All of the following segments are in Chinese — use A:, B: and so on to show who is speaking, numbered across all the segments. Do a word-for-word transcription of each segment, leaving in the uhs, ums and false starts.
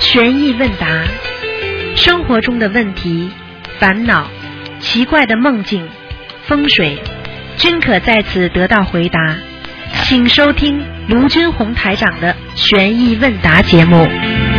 A: 悬疑问答，生活中的问题、烦恼、奇怪的梦境、风水，均可在此得到回答。请收听卢军红台长的悬疑问答节目。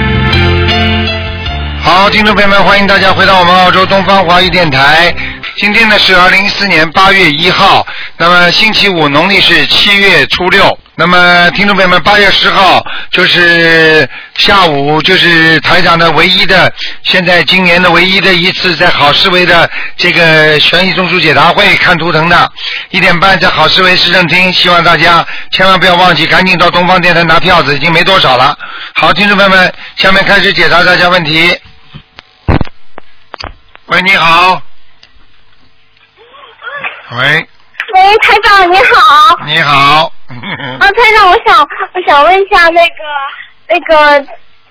B: 好，听众朋友们，欢迎大家回到我们澳洲东方华语电台。今天呢是二零一四年八月一号，那么星期五，农历是七月初六。那么听众朋友们，八月十号就是下午，就是台长的唯一的，现在今年的唯一的一次在好思维的这个悬疑综述解答会，看图腾的，一点半在好思维市政厅，希望大家千万不要忘记，赶紧到东方电台拿票子，已经没多少了。好，听众朋友们，下面开始解答大家问题。喂，你好。喂。
C: 喂，台长你好。
B: 你好。
C: 啊，台长，我想我想问一下那个那个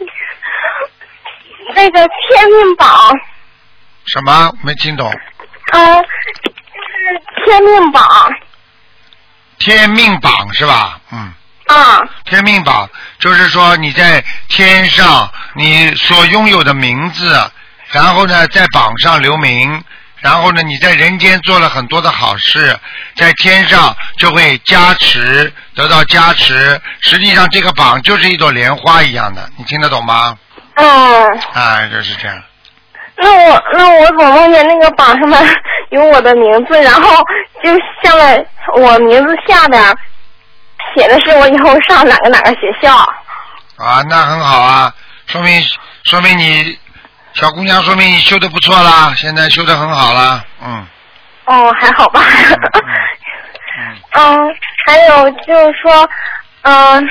C: 那个天命榜。
B: 什么？没听懂。
C: 呃，就是天命榜。
B: 天命榜是吧？嗯。
C: 啊。
B: 天命榜就是说你在天上你所拥有的名字，然后呢在榜上留名。然后呢，你在人间做了很多的好事，在天上就会加持，得到加持。实际上，这个榜就是一朵莲花一样的，你听得懂吗？
C: 嗯。
B: 哎，就是这样。
C: 那我那我总梦见那个榜上面有我的名字，然后就下面我名字下边写的是我以后上哪个哪个学校。
B: 啊，那很好啊，说明说明你。小姑娘，说明你修得不错啦，现在修得很好啦，嗯。
C: 哦，还好吧。嗯, 嗯, 嗯，还有就是说，嗯，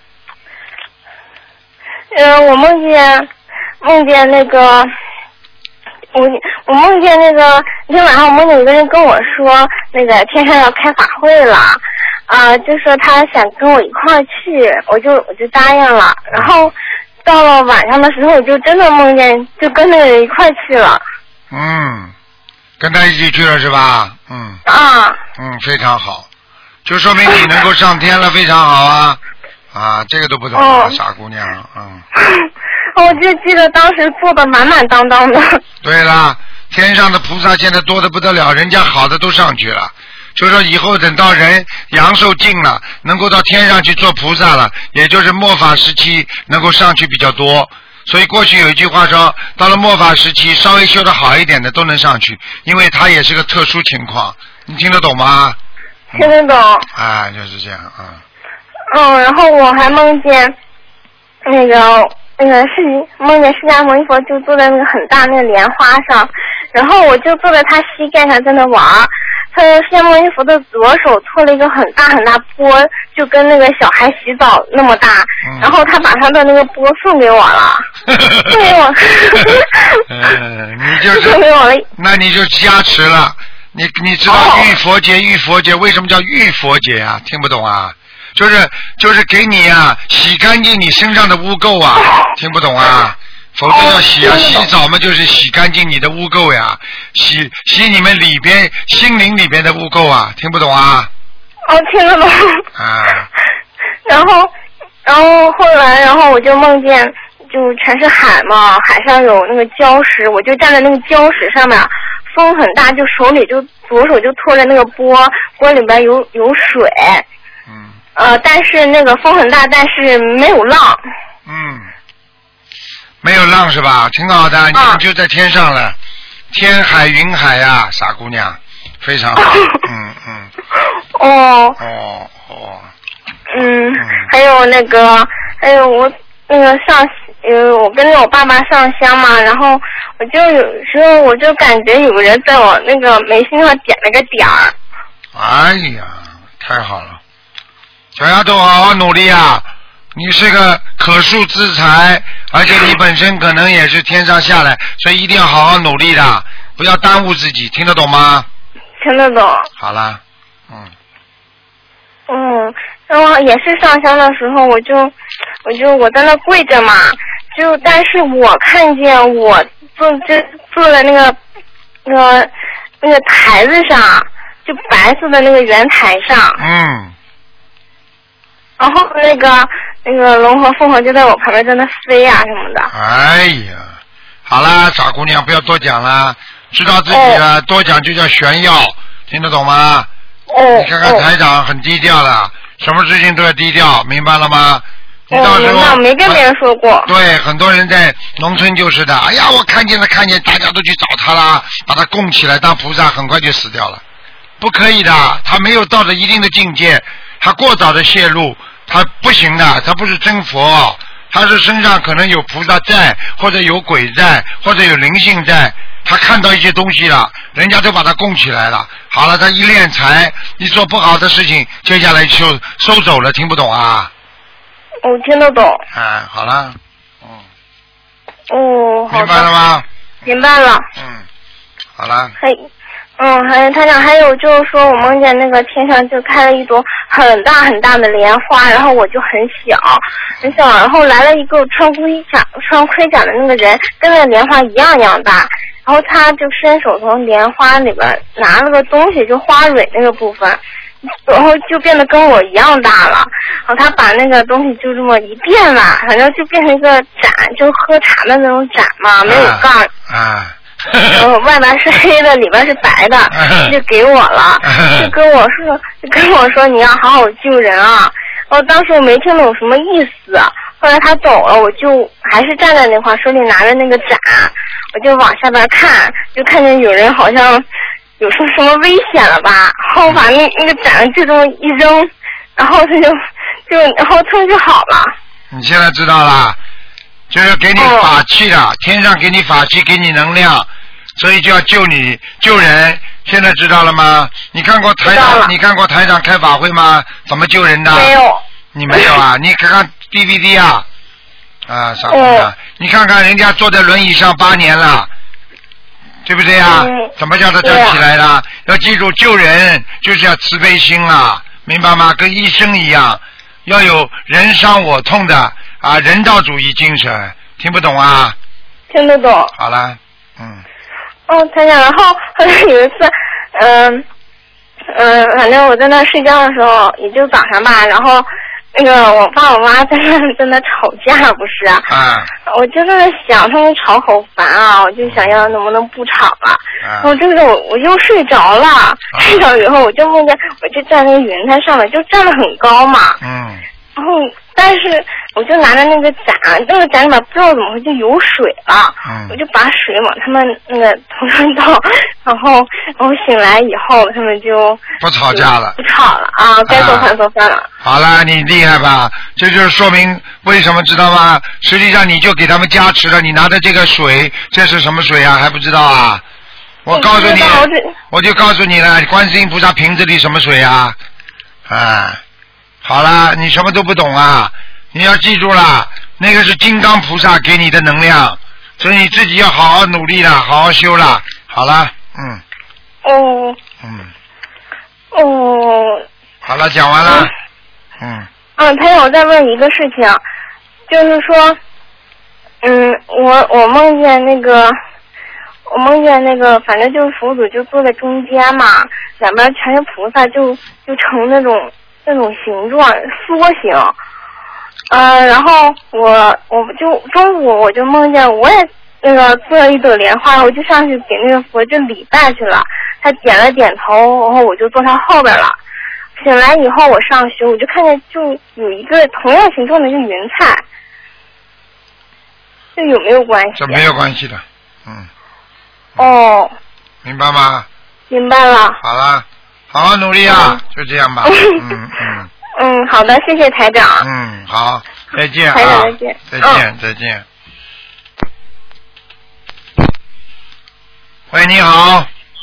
C: 呃，我梦见梦见那个，我我梦见那个那天晚上我梦见有个人跟我说，那个天上要开法会了，啊、呃，就说他想跟我一块儿去，我就我就答应了，然后。到了晚上的时候，我就真的梦见，就跟那个人一块去了。
B: 嗯，跟他一起去了是吧？嗯。
C: 啊。
B: 嗯，非常好，就说明你能够上天了，非常好啊！啊，这个都不懂啊，哦、傻姑娘，嗯。
C: 我就记得当时做的满满当当的。
B: 对啦，天上的菩萨现在多得不得了，人家好的都上去了。就说以后等到人阳寿尽了，能够到天上去做菩萨了，也就是末法时期能够上去比较多。所以过去有一句话说，到了末法时期，稍微修得好一点的都能上去，因为它也是个特殊情况。你听得懂吗？
C: 听得懂。
B: 啊、嗯，就是这样啊。
C: 嗯，然后我还梦见那个那个释梦见释迦牟尼佛就坐在那个很大那个莲花上，然后我就坐在他膝盖上在那玩。他释迦牟尼佛的左手托了一个很大很大钵，就跟那个小孩洗澡那么大，嗯、然后他把他的那个钵送给我了，送给我。
B: 呃，你就是
C: 送给我了，
B: 那你就加持了。你你知道浴佛节，浴佛节为什么叫浴佛节啊？听不懂啊？就是就是给你啊洗干净你身上的污垢啊，听不懂啊？否则要洗啊，洗澡嘛就是洗干净你的污垢呀，洗洗你们里边心灵里边的污垢啊，听不懂啊？
C: 哦，听得懂。
B: 啊。
C: 然后，然后后来，然后我就梦见，就全是海嘛，海上有那个礁石，我就站在那个礁石上面，风很大，就手里就左手就托着那个钵，钵里边有有水。
B: 嗯。
C: 呃，但是那个风很大，但是没有浪。
B: 嗯。没有浪是吧？挺好的，你们就在天上了，啊、天海云海呀、啊，傻姑娘，非常好。嗯嗯。
C: 哦。
B: 哦哦。
C: 嗯，还有那个，还有我那个上，呃，我跟着我爸爸上香嘛，然后我就有时候我就感觉有人在我那个眉心上点了个点儿。
B: 哎呀，太好了，小丫头好好努力啊！你是个可塑之才，而且你本身可能也是天上下来，所以一定要好好努力的，不要耽误自己，听得懂吗？
C: 听得懂。
B: 好啦，嗯。
C: 嗯，然后也是上香的时候，我就我就我在那跪着嘛，就但是我看见我坐就坐在那个那个那个台子上，就白色的那个圆台上。
B: 嗯。
C: 然后那个那个龙和凤凰就在我旁边在那飞啊什么的。
B: 哎呀，好啦，傻姑娘，不要多讲了，知道自己了，哦、多讲就叫炫耀，听得懂吗？
C: 哦。
B: 你看看台长很低调的，哦、什么事情都要低调，明白了吗？你到时候、
C: 哦、我没跟别人说过。
B: 对，很多人在农村就是的，哎呀，我看见了，看见，大家都去找他啦，把他供起来当菩萨，很快就死掉了。不可以的，他没有到了一定的境界，他过早的泄露，他不行的，他不是真佛，他是身上可能有菩萨在，或者有鬼在，或者有灵性在，他看到一些东西了，人家都把他供起来了，好了，他一敛财，一做不好的事情，接下来就收走了，听不懂啊？
C: 我听得懂。
B: 啊，好了，嗯。
C: 哦，好的。
B: 明白了吗？
C: 明白了。
B: 嗯，好了。
C: 嘿。嗯，还有台长，还有就是说我梦见那个天上就开了一朵很大很大的莲花，然后我就很小很小，然后来了一个穿盔甲穿盔甲的那个人，跟那个莲花一样一样大，然后他就伸手从莲花里边拿了个东西，就花蕊那个部分，然后就变得跟我一样大了，然后他把那个东西就这么一变吧，反正就变成一个盏，就喝茶的那种盏嘛，没有盖儿。
B: 啊。啊
C: 然后外边是黑的，里边是白的，就给我了，就跟我说，就跟我说你要好好救人啊。我当时我没听懂什么意思，后来他走了，我就还是站在那块，手里拿着那个盏，我就往下边看，就看见有人好像有什么什么危险了吧，然后把那那个盏就这么一扔，然后他就就然后他就好了。
B: 你现在知道了。就是给你法器的，哦、天上给你法器，给你能量，所以就要救你救人。现在知道了吗？你看过台长？你看过台长开法会吗？怎么救人的？
C: 没有。
B: 你没有啊？你看看 D V D 啊，啊，傻姑娘，哦、你看看人家坐在轮椅上八年了，对不对啊？嗯、怎么叫他站起来的？啊、要记住，救人就是要慈悲心啊，明白吗？跟医生一样，要有人伤我痛的。啊，人道主义精神，听不懂啊？
C: 听得懂。
B: 好了，嗯。
C: 哦，台长，然后好像有一次，嗯、呃、嗯，反正我在那睡觉的时候，也就早上吧，然后那个我爸我妈在那在那吵架，不是啊？
B: 啊。
C: 我就在那想，他们吵好烦啊，我就想要能不能不吵了。啊。然后这个我我又睡着了，啊、睡着以后我就梦见我就站那个云台上面，就站得很高嘛。
B: 嗯。
C: 然后，但是我就拿着那个盏，那个盏里面不知道怎么回事有水了，嗯、我就把水往他们那个头上倒，然后然后醒来以后，他们就
B: 不吵架了，
C: 不吵了啊，该做饭做饭了。啊、
B: 好了，你厉害吧？这就是说明为什么知道吗？实际上你就给他们加持了，你拿的这个水，这是什么水啊？还不知道啊？我告诉你，我就告诉你了，观世音菩萨瓶子里什么水啊？啊。好了，你什么都不懂啊！你要记住了，那个是金刚菩萨给你的能量，所以你自己要好好努力了，好好修了。好了，嗯。
C: 哦。
B: 嗯。
C: 哦。
B: 好了，讲完了。嗯。
C: 嗯，他让我再问一个事情，就是说，嗯，我我梦见那个，我梦见那个，反正就是佛祖就坐在中间嘛，两边全是菩萨，就就成那种。那种形状缩形，呃，然后我我就中午我就梦见我也那个做了一朵莲花，我就上去给那个佛就礼拜去了，他点了点头，然后我就坐他后边了。醒来以后我上学，我就看见就有一个同样形状的一个云彩，这有没有关系？
B: 这没有关系的，嗯。
C: 哦。
B: 明白吗？
C: 明白了。
B: 好了。好好努力啊，嗯、就这样吧。嗯嗯。
C: 嗯，好的，谢谢台长。
B: 嗯，好，再见啊。
C: 台长再见。
B: 再见、嗯、再见。喂，你好。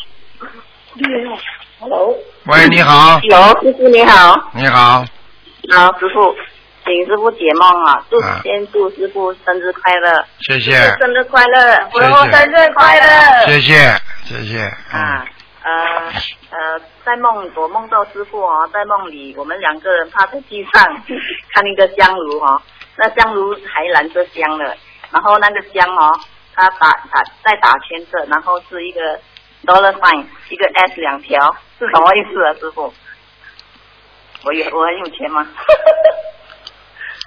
D: Hello。
B: 喂，你好。
D: Hello，师傅你好。
B: 你好。
D: 好，师傅，请师傅解梦啊！祝、啊、先祝师傅生日快乐。
B: 谢谢。
D: 生日快乐，师傅生日快乐。
B: 谢谢谢谢。
D: 嗯、啊。呃呃，在梦我梦到师傅哦，在梦里我们两个人趴在地上看一个香炉哦，那香炉还燃着香了，然后那个香哦，它打打在打圈着，然后是一个 dollar sign， 一个 S 两条，是什么意思啊，师傅？我有我很有钱吗？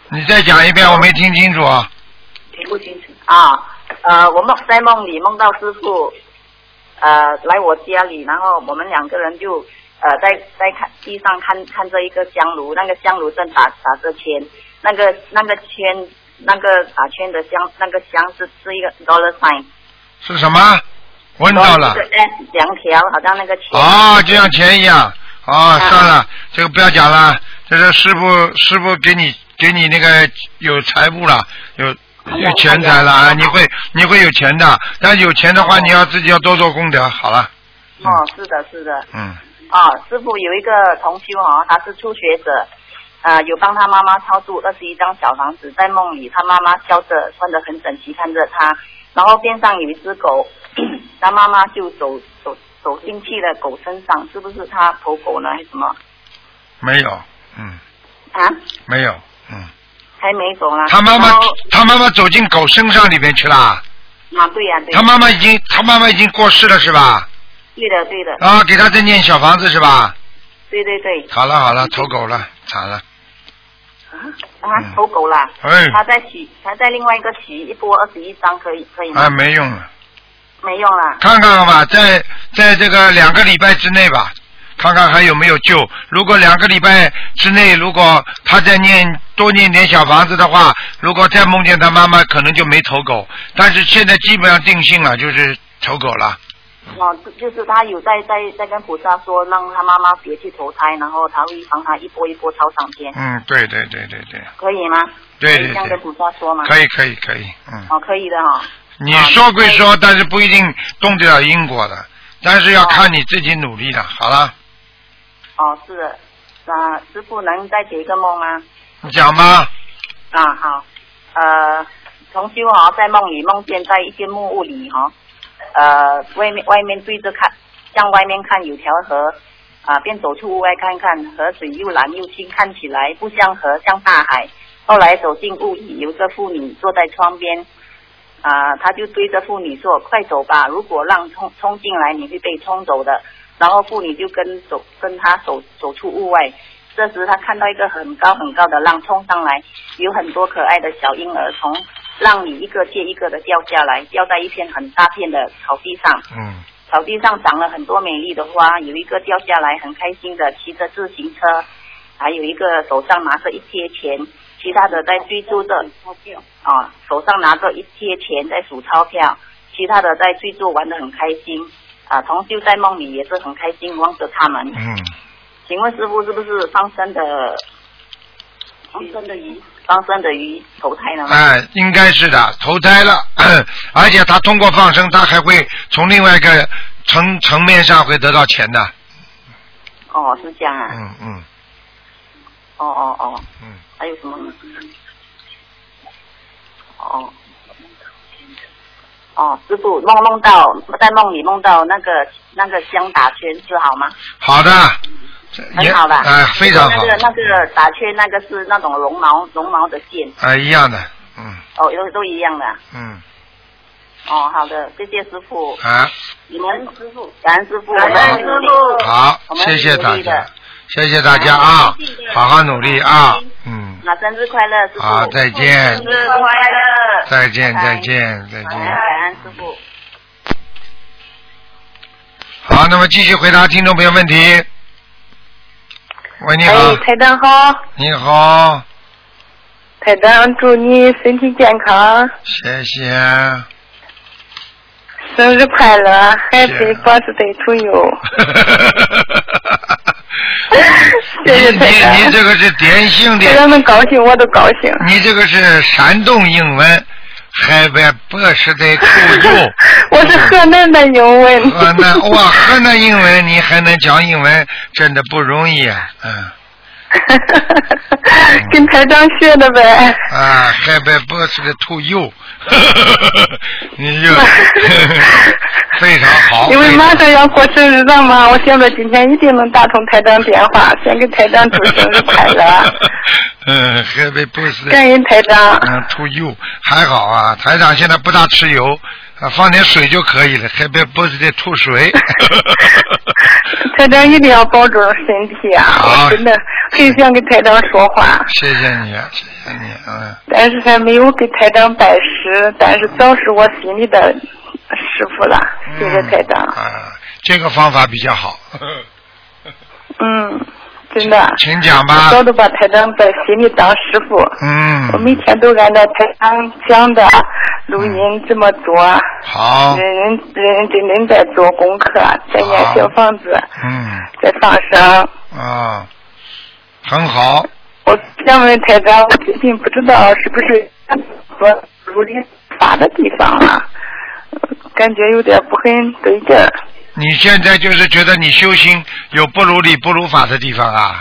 B: 你再讲一遍，我没听清楚啊。
D: 听不清楚啊。呃，我梦在梦里梦到师傅，呃，来我家里，然后我们两个人就呃在在看地上看看着一个香炉，那个香炉正打打着圈，那个那个圈那个打圈的香那个香是是一个 dollar sign。
B: 是什么？闻到了。
D: 两条，好像那个钱。
B: 哦，就像钱一样。哦，算了，这个不要讲了。这是师傅师傅给你给你那个有财布了，有有钱财了啊！你会你会有钱的，但有钱的话，你要自己要多做功德。好了。
D: 哦，是的，是的。
B: 嗯。
D: 哦，师傅有一个同修哦，他是初学者，呃，有帮他妈妈超度二十一张小房子，在梦里他妈妈笑着穿得很整齐看着他，然后边上有一只狗，他妈妈就走走走进去了狗身上，是不是他投狗呢还是什么？
B: 没有，嗯。
D: 啊？
B: 没有，嗯。
D: 还没走呢。
B: 他妈妈他妈妈走进狗身上里面去了。啊，
D: 对呀、啊、对。
B: 他妈妈已经他妈妈已经过世了是吧？
D: 对的对的。
B: 啊，给他再念小房子是吧？
D: 对对对。
B: 好了好了，投狗了，惨了。
D: 啊啊，投狗了。
B: 哎。
D: 他再取，他再另外一个取一波二十一张，可以可以吗？
B: 啊，没用了。
D: 没用了。
B: 看看吧，在在这个两个礼拜之内吧，看看还有没有救。如果两个礼拜之内，如果他再念多念点小房子的话，如果再梦见他妈妈，可能就没投狗。但是现在基本上定性了，就是投狗了。
D: 哦，就是他有在在在跟菩萨说，让他妈妈别去投胎，然后他会帮他一波一波抄上天。
B: 嗯，对对对对对。
D: 可以吗？
B: 对对对。
D: 可以这样跟菩萨说吗？
B: 可以可以可以，嗯。
D: 哦，可以的哈、哦。
B: 你说归说，但是不一定动得了因果的，但是要看你自己努力的。好了。
D: 哦，是的。那师傅能再解一个梦吗？
B: 你讲吧。
D: 啊，好。呃，同修哦，在梦里梦见在一间木屋里哈、哦。呃，外面外面对着看，向外面看有条河，啊、呃，便走出屋外看看，河水又蓝又清，看起来不像河，像大海。后来走进屋里，有个妇女坐在窗边，啊、呃，他就对着妇女说：“快走吧，如果浪冲冲进来，你会被冲走的。”然后妇女就跟走跟他走走出屋外。这时他看到一个很高很高的浪冲上来，有很多可爱的小婴儿从浪里一个接一个的掉下来，掉在一片很大片的草地上。
B: 嗯。
D: 草地上长了很多美丽的花，有一个掉下来很开心的骑着自行车，还有一个手上拿着一贴钱，其他的在追逐着啊，手上拿着一贴钱在数钞票，其他的在追逐玩得很开心啊。同修在梦里也是很开心望着他们。
B: 嗯。
D: 请问师傅是不是放生的放生的鱼放生的鱼投胎了吗？
B: 哎，应该是的，投胎了，而且他通过放生，他还会从另外一个层层面上会得到钱的。
D: 哦，是这样啊。
B: 嗯嗯。
D: 哦哦哦。
B: 嗯。
D: 还有什么呢？哦。哦，师傅梦梦到在梦里梦到那个那个香打圈是好吗？
B: 好的。
D: 很好的，
B: 哎、呃，非常好。
D: 那个那个打圈那个是那种绒毛绒毛的线。
B: 哎、呃，一样的，嗯。
D: 哦，都都一样的。
B: 嗯。
D: 哦，好的，谢谢师傅。
B: 啊。
D: 你们师傅，感恩师傅，
C: 感恩师傅。
B: 好，谢谢大家，谢谢大家啊，好好努力啊，嗯。
D: 那生日快乐，师傅。
B: 好，再见。
D: 生日快乐。
B: 再见，再见，再见。
D: 感恩师傅。
B: 好，那么继续回答听众朋友问题。喂，你好。
C: 哎，台长好。
B: 你好。
C: 台长，祝你身体健康。
B: 谢谢。
C: 生日快乐 ，Happy birthday to you。谢谢台长。
B: 你你这个是典型的。
C: 台长们高兴，我都高兴。
B: 你这个是山东英文。Happy birthday to you。
C: 我是河南的英文。
B: 河南哇，河南英文你还能讲英文，真的不容易啊，嗯。
C: 跟台长学的呗。
B: 啊 ，Happy birthday to you。你就非常好。
C: 因为马上要过生日了嘛，我想着今天一定能打通台长电话，先给台长祝生日快乐。
B: 嗯 ，Happy birthday。
C: 感恩台长。
B: 嗯 ，to you 还好啊，台长现在不大吃油， 啊，放点水就可以了，还别不是得吐水。
E: 台长一定要保重身体啊！我真的很想给台长说话。
B: 谢谢你，谢谢你，嗯。
E: 但是还没有给台长拜师，但是早是我心里的师傅了。谢谢台长。
B: 嗯、啊，这个方法比较好。
E: 嗯。真的，
B: 请讲吧。
E: 我早都把台长在心里当师傅。
B: 嗯。
E: 我每天都按照台长讲的录音这么做。
B: 好。
E: 认认认认真真在做功课，在念小房子。
B: 嗯。
E: 在放生。
B: 啊，很好。
E: 我想问台长，我最近不知道是不是说如理发的地方啊，感觉有点不很对劲儿。
B: 你现在就是觉得你修行有不如理不如法的地方啊？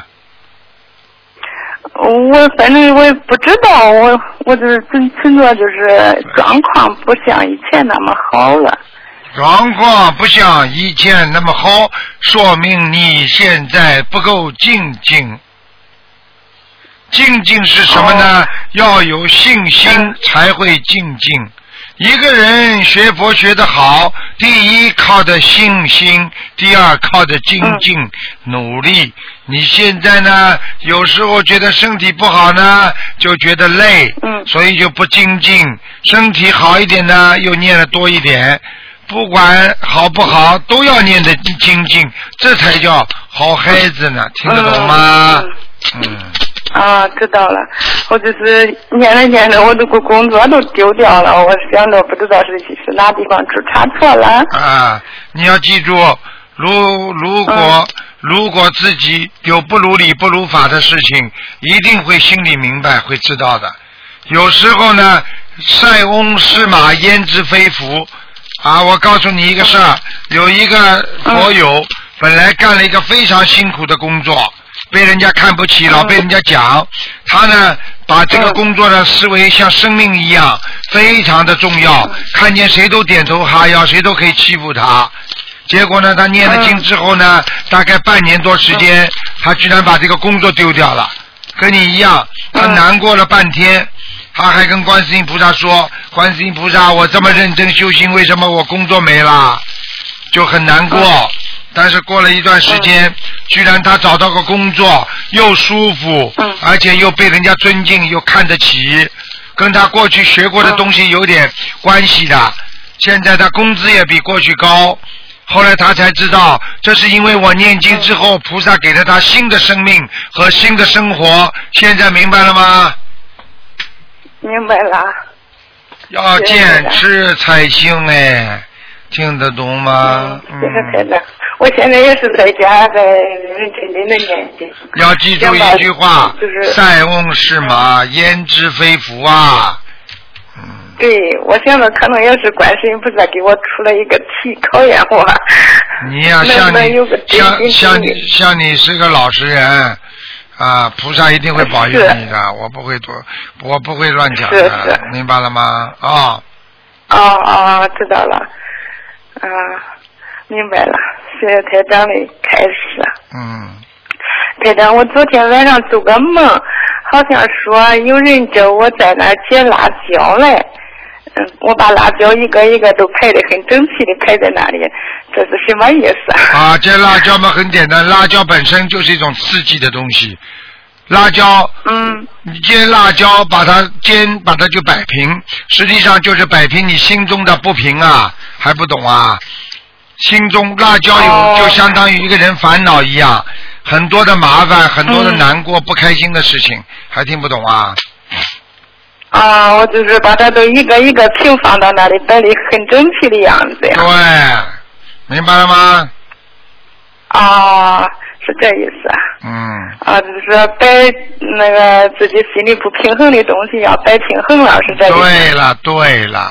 E: 我反正我也不知道，我我就是存存着就是状况不像以前那么好了。
B: 状况不像以前那么好，说明你现在不够精进。精进是什么呢？哦、要有信心才会精进。一个人学佛学得好，第一靠的信心，第二靠的精进、嗯、努力。你现在呢，有时候觉得身体不好呢，就觉得累，
E: 嗯，
B: 所以就不精进。身体好一点呢，又念得多一点。不管好不好，都要念得精进，这才叫好孩子呢。听得懂吗？
E: 嗯。嗯啊，知道了。我就是念着念着，我这个工作都丢掉了。我想着不知道是是哪地方出差错了。
B: 啊，你要记住，如如果、嗯、如果自己有不如理不如法的事情，一定会心里明白，会知道的。有时候呢，塞翁失马焉知非福啊！我告诉你一个事儿，有一个佛友、嗯、本来干了一个非常辛苦的工作。被人家看不起，老被人家讲，他呢把这个工作呢视为像生命一样，非常的重要，看见谁都点头哈腰，谁都可以欺负他。结果呢，他念了经之后呢，大概半年多时间，他居然把这个工作丢掉了，跟你一样，他难过了半天，他还跟观世音菩萨说：“观世音菩萨，我这么认真修行，为什么我工作没了？”就很难过。但是过了一段时间、嗯、居然他找到个工作，又舒服、嗯、而且又被人家尊敬，又看得起，跟他过去学过的东西有点关系的、嗯、现在他工资也比过去高。后来他才知道，这是因为我念经之后、嗯、菩萨给了他新的生命和新的生活。现在明白了吗？
E: 明白了。
B: 要坚持才行哎，听得懂吗？
E: 嗯，这个真的。我现在也是在家在认认真真的念经。
B: 要记住一句话，
E: 就是
B: 塞翁失马，焉知非福啊。嗯。
E: 对，我想着可能也是观世音菩萨给我出了一个题考验我。
B: 你呀、啊，像你像像你像你是个老实人啊，菩萨一定会保佑你的，我不会多，我不会乱讲的，
E: 是是
B: 明白了吗？啊、哦。
E: 哦哦，知道了，啊。明白了，谢谢台长的开示。
B: 嗯，
E: 台长，我昨天晚上做个梦，好像说有人叫我在那儿捡辣椒来，嗯，我把辣椒一个一个都排得很整齐的排在那里，这是什么意思？
B: 啊，捡辣椒嘛很简单，辣椒本身就是一种刺激的东西。辣椒，
E: 嗯，
B: 你煎辣椒，把它煎，把它就摆平，实际上就是摆平你心中的不平啊，还不懂啊？心中辣椒有就相当于一个人烦恼一样，很多的麻烦，很多的难过、嗯、不开心的事情，还听不懂啊？
E: 啊，我就是把它都一个一个平放到那里，摆得很整齐的样子呀。
B: 对，明白了吗？
E: 啊，是这意思啊。
B: 嗯。
E: 啊，就是说摆那个自己心里不平衡的东西要摆平衡了，是这意思。
B: 对了，对了。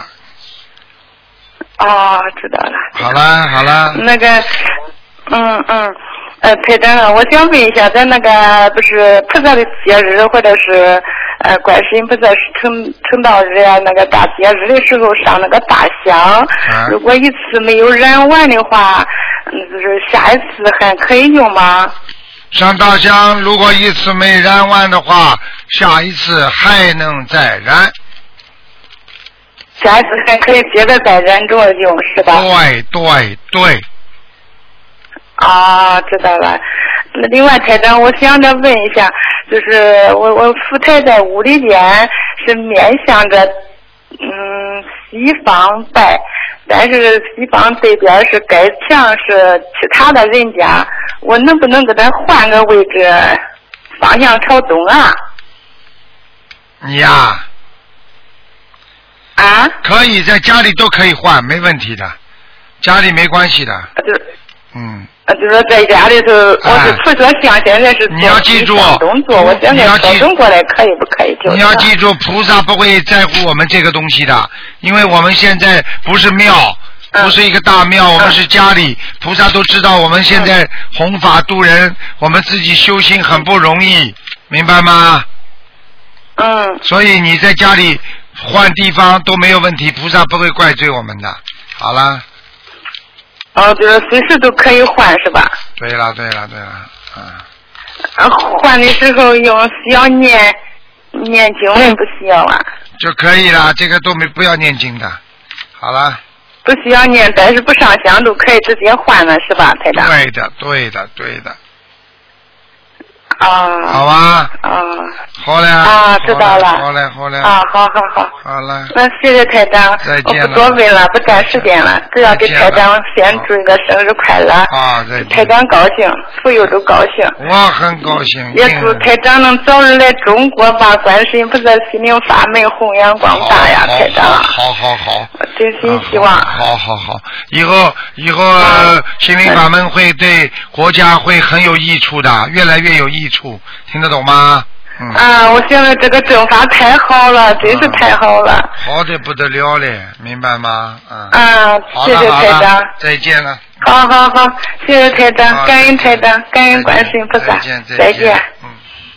E: 哦，知道了。
B: 好了，好了。
E: 那个，嗯嗯，呃，台长啊，我想问一下，咱那个不是菩萨的节日，或者是呃观世音菩萨成成道日啊，那个大节日的时候上那个大香，啊、如果一次没有燃完的话，嗯，就是下一次还可以用吗？
B: 上大香，如果一次没燃完的话，下一次还能再燃。
E: 下次还可以接着再燃着用，是吧？
B: 对对对。
E: 啊，知道了。另外，台长，我想着问一下，就是我我佛台在屋里边是面向着嗯西方拜，但是西方这边是盖墙是其他的人家，我能不能给他换个位置，方向朝东啊？
B: 你呀？
E: 啊？
B: 可以在家里都可以换，没问题的，家里没关系的。
E: 就
B: 嗯。
E: 啊，就是说在家里头，我是菩萨像现在是
B: 你要记住
E: 动作，我现在调整过来可以不可以？
B: 你要记住，菩萨不会在乎我们这个东西的，因为我们现在不是庙，不是一个大庙，我们是家里，菩萨都知道我们现在弘法度人，我们自己修心很不容易，明白吗？
E: 嗯。
B: 所以你在家里换地方都没有问题，菩萨不会怪罪我们的。好了。
E: 哦，就是随时都可以换是吧？
B: 对了对了对了，嗯。
E: 啊，换的时候用需要念念经文不需要啊？
B: 就可以了，这个都没不要念经的。好了。
E: 不需要念，但是不上香都可以直接换了是吧，台长？
B: 对的对的对的。
E: 啊。
B: 好吧。
E: 啊。
B: 好嘞。
E: 啊，知道了。
B: 好嘞好嘞。
E: 啊，好好好。
B: 好了。
E: 那谢谢台长。
B: 再见了。
E: 我不多问了，不占时间了，只要给台长先祝一个生日快乐。
B: 啊，再见。
E: 台长高兴，所有都高兴。
B: 我很高兴。
E: 也祝台长能早日来中国，把观世音菩萨心灵法门弘扬光大呀，台长。
B: 好好好。
E: 我真心希望。
B: 好好好，以后以后、呃、心灵法门会对国家会很有益处的，越来越有益处，听得懂吗？嗯、
E: 啊，我现在这个正法太好了，真是太好了。
B: 啊、好的不得了嘞，明白吗？嗯。
E: 啊，谢谢台长。
B: 再见了。
E: 好好好，谢谢台长，感恩台长，感恩观世音菩萨。
B: 再见再见。
E: 再见。
B: 嗯。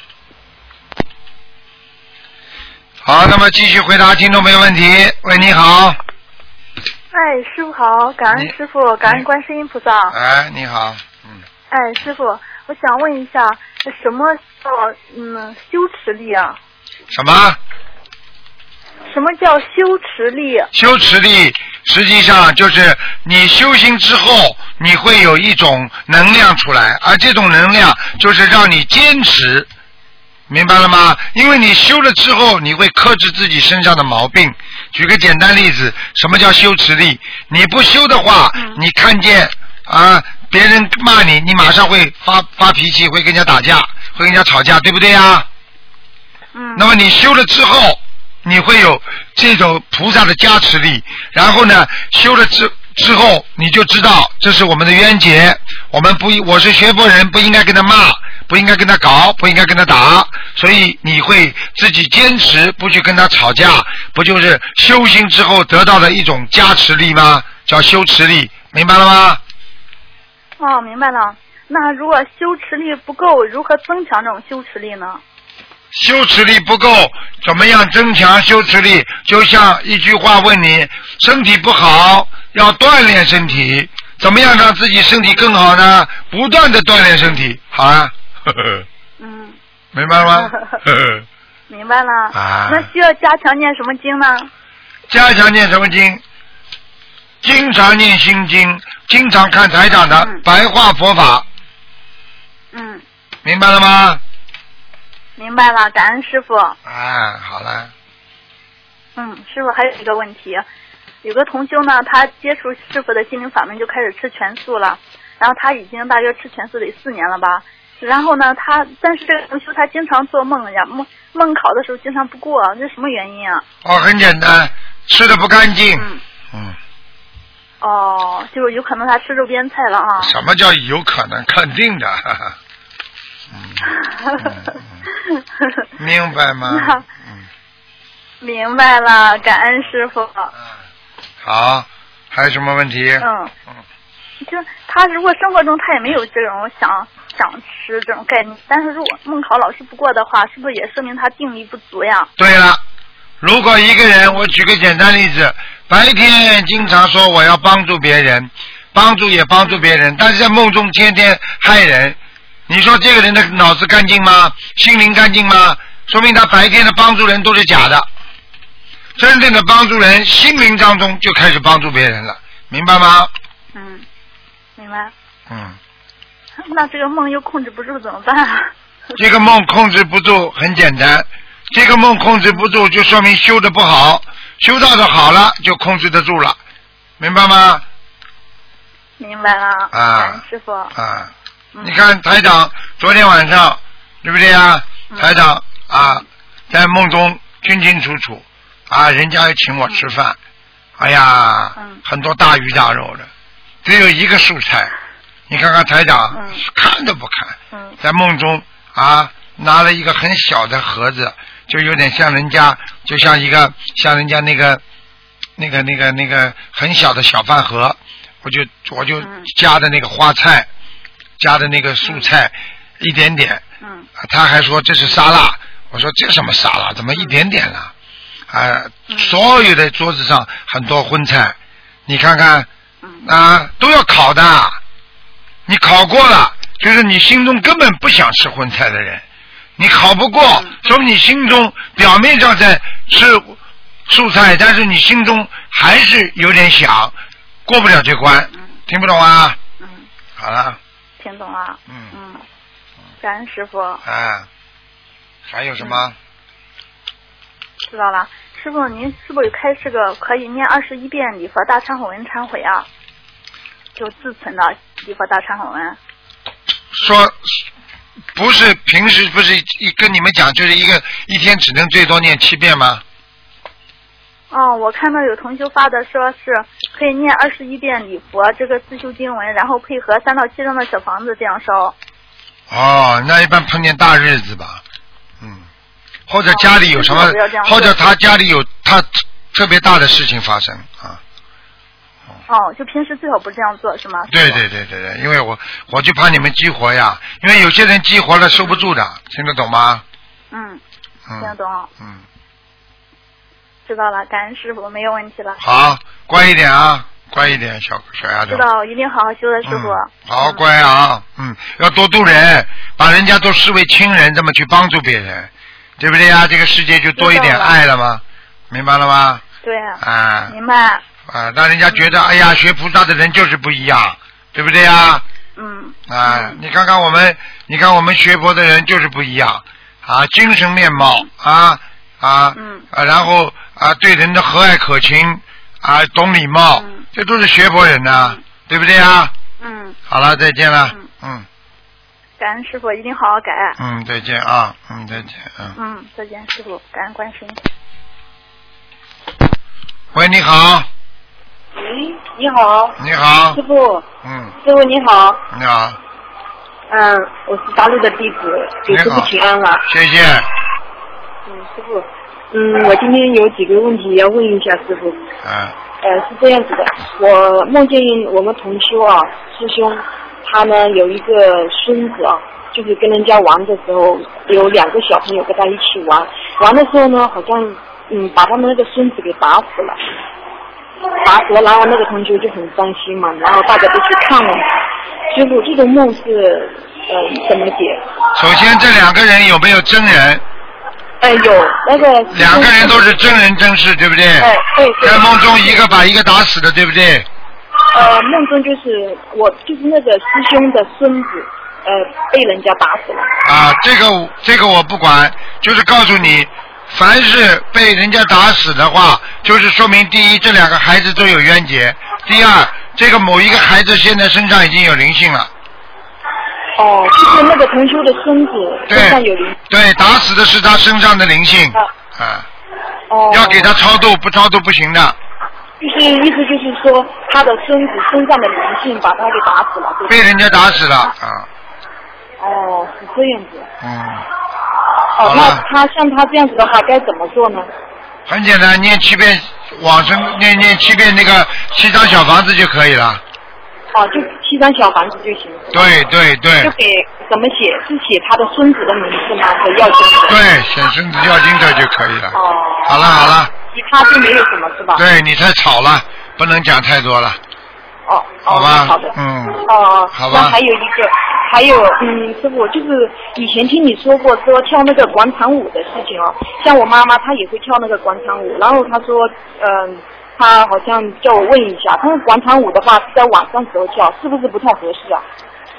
B: 好，那么继续回答听众朋友问题。喂，你好。
F: 哎，师傅好，感恩师傅，感恩观世音菩萨。
B: 哎，你好。嗯。
F: 哎，师傅，我想问一下，什么叫嗯修持力啊？
B: 什么？
F: 什么叫修持力？
B: 修持力实际上就是你修行之后，你会有一种能量出来，而这种能量就是让你坚持，明白了吗？因为你修了之后，你会克制自己身上的毛病。举个简单例子，什么叫修持力？你不修的话，嗯、你看见啊别人骂你，你马上会发发脾气，会跟人家打架，会跟人家吵架，对不对呀？
F: 嗯。
B: 那么你修了之后，你会有这种菩萨的加持力，然后呢，修了之之后，你就知道这是我们的冤结，我们不，我是学佛人，不应该跟他骂，不应该跟他搞，不应该跟他打，所以你会自己坚持不去跟他吵架，不就是修行之后得到的一种加持力吗？叫修持力，明白了吗？
F: 哦，明白了。那如果修持力不够，如何增强这种修持力呢？
B: 修持力不够，怎么样增强修持力？就像一句话问你，身体不好，要锻炼身体，怎么样让自己身体更好呢？不断的锻炼身体，好啊。呵呵
F: 嗯。
B: 明白了吗？呵呵
F: 明白了。
B: 啊。
F: 那需要加强念什么经呢？
B: 加强念什么经？经常念心经，经常看台长的白话佛法。
F: 嗯。
B: 明白了吗？
F: 明白了，感恩师傅。
B: 哎，好了。
F: 嗯，师傅还有一个问题，有个同修呢，他接触师傅的心灵法门就开始吃全素了，然后他已经大约吃全素得四年了吧。然后呢，他但是这个同修他经常做梦呀，梦梦考的时候经常不过，这是什么原因啊？
B: 哦，很简单，吃的不干净。
F: 嗯。
B: 嗯。
F: 哦，就是有可能他吃肉边菜了啊。
B: 什么叫有可能？肯定的。哈哈嗯嗯、明白吗？
F: 嗯，明白了，感恩师傅。
B: 嗯，好，还有什么问题？
F: 嗯嗯，就他如果生活中他也没有这种想想吃这种概念，但是如果梦考老是不过的话，是不是也说明他定力不足呀？
B: 对了，如果一个人，我举个简单例子，白天经常说我要帮助别人，帮助也帮助别人，但是在梦中天天害人。你说这个人的脑子干净吗？心灵干净吗？说明他白天的帮助人都是假的。 真正的帮助人，心灵当中就开始帮助别人了，明白吗？
F: 嗯，明白。
B: 嗯。
F: 那这个梦又控制不住怎么办啊？
B: 这个梦控制不住很简单，这个梦控制不住就说明修的不好，修到的好了就控制得住了，明白吗？
F: 明白了。
B: 啊，
F: 师傅。
B: 啊，嗯、你看台长昨天晚上对不对呀？嗯、台长啊，在梦中清清楚楚啊，人家要请我吃饭，嗯、哎呀、嗯，很多大鱼大肉的，只有一个素菜。你看看台长、嗯、看都不看、嗯、在梦中啊拿了一个很小的盒子，就有点像人家就像一个像人家那个那个那个那个很小的小饭盒，我就我就加的那个花菜、嗯、加的那个素菜、嗯、一点点、嗯、他还说这是沙拉，我说这什么沙拉怎么一点点了啊、嗯、所有的桌子上很多荤菜，你看看啊都要烤的，你考过了，就是你心中根本不想吃荤菜的人，你考不过，说明你心中表面上在吃素菜，但是你心中还是有点想，过不了这关，听不懂啊？嗯，好了，
F: 听懂了。嗯嗯，感恩师傅。
B: 啊，还有什么？嗯、
F: 知道了，师傅，您是不是开这个可以念二十一遍礼佛大忏悔文忏悔啊？就自存的礼佛大忏悔文。
B: 说不是平时不是一跟你们讲，就是一个一天只能最多念七遍吗？
F: 哦，我看到有同修发的说是可以念二十一遍礼佛这个自修经文，然后配合三到七张的小房子这样烧。
B: 哦，那一般碰见大日子吧，嗯，或者家里有什么，哦、或者他家里有他特别大的事情发生啊。
F: 哦，就平时最好不这样做是吗？
B: 对对对对对，因为我我就怕你们激活呀，因为有些人激活了收不住的，听得懂吗？
F: 嗯，听得懂。
B: 嗯，
F: 知道了，感恩师傅，没有问题了。
B: 好，乖一点啊，乖一点，小小丫头。
F: 知道，一定好好修的，师傅。
B: 嗯、好乖啊，嗯，要多度人，把人家都视为亲人，这么去帮助别人，对不对呀？这个世界就多一点爱了吗？明白了吗？
F: 对。
B: 啊。
F: 明白。
B: 啊，让人家觉得、嗯、哎呀，学菩萨的人就是不一样，对不对呀？
F: 嗯。
B: 啊，嗯、你看看我们，你看我们学佛的人就是不一样啊，精神面貌啊啊，
F: 嗯、
B: 啊，然后啊，对人的和蔼可亲啊，懂礼貌，
F: 嗯、
B: 这都是学佛人呐、
F: 嗯，
B: 对不对呀？
F: 嗯。
B: 好了，再见了。
F: 嗯。
B: 嗯
F: 感恩师傅，一定好好改。
B: 嗯，再见啊，嗯，再见，嗯。
F: 嗯，再见，师傅，感恩观世音。
B: 喂，你好。
G: 喂，你好。
B: 你好。
G: 师傅。
B: 嗯。
G: 师傅你好。
B: 你好。
G: 嗯，我是大陆的弟子，给师傅请安了。
B: 谢谢。
G: 嗯，师傅，嗯，我今天有几个问题要问一下师傅。
B: 嗯。
G: 呃，是这样子的，我梦见我们同修啊，师兄，他呢有一个孙子啊，就是跟人家玩的时候，有两个小朋友跟他一起玩，玩的时候呢，好像嗯把他们那个孙子给打死了。打死了，然后那个同学就很伤心嘛，然后大家都去看了。师傅，这个梦是呃怎么解？
B: 首先，这两个人有没有真人？
G: 哎、呃，有那个。
B: 两个人都是真人真事，对不对？
G: 哎，对对。
B: 在梦中一个把一个打死的，对不对？
G: 呃，梦中就是我就是那个师兄的孙子，呃，被人家打死了。
B: 啊，这个这个我不管，就是告诉你。凡是被人家打死的话，就是说明第一，这两个孩子都有冤结；第二，这个某一个孩子现在身上已经有灵性了。
G: 哦，就是那个同修的孙子身上有灵。
B: 对，打死的是他身上的灵性。啊。啊
G: 哦。
B: 要给他超度，不超度不行的。
G: 就是意思就是说，他的孙子身上的灵性把他给打死了。对
B: 被人家打死了啊。
G: 哦，是这样子。
B: 嗯。
G: 哦，那他像他这样子的话，该怎么做呢？
B: 很简单，念七遍往生，念念七遍那个七张小房子就可以了。
G: 哦，就七张小房子就行。
B: 对对对。
G: 就给怎么写？是写他的孙子的名字吗？和要经者？
B: 对，写孙子要经者就可以了。
G: 哦。
B: 好了好了。
G: 其他就没有什么是吧？
B: 对你太吵了，不能讲太多了。
G: 哦，
B: 好吧，
G: 好的，
B: 嗯，
G: 哦，
B: 好吧。
G: 那还有一个， 还有，嗯，师傅，就是以前听你说过说跳那个广场舞的事情哦，像我妈妈她也会跳那个广场舞，然后她说，嗯、呃，她好像叫我问一下，她说广场舞的话是在晚上时候跳，是不是不太合适啊？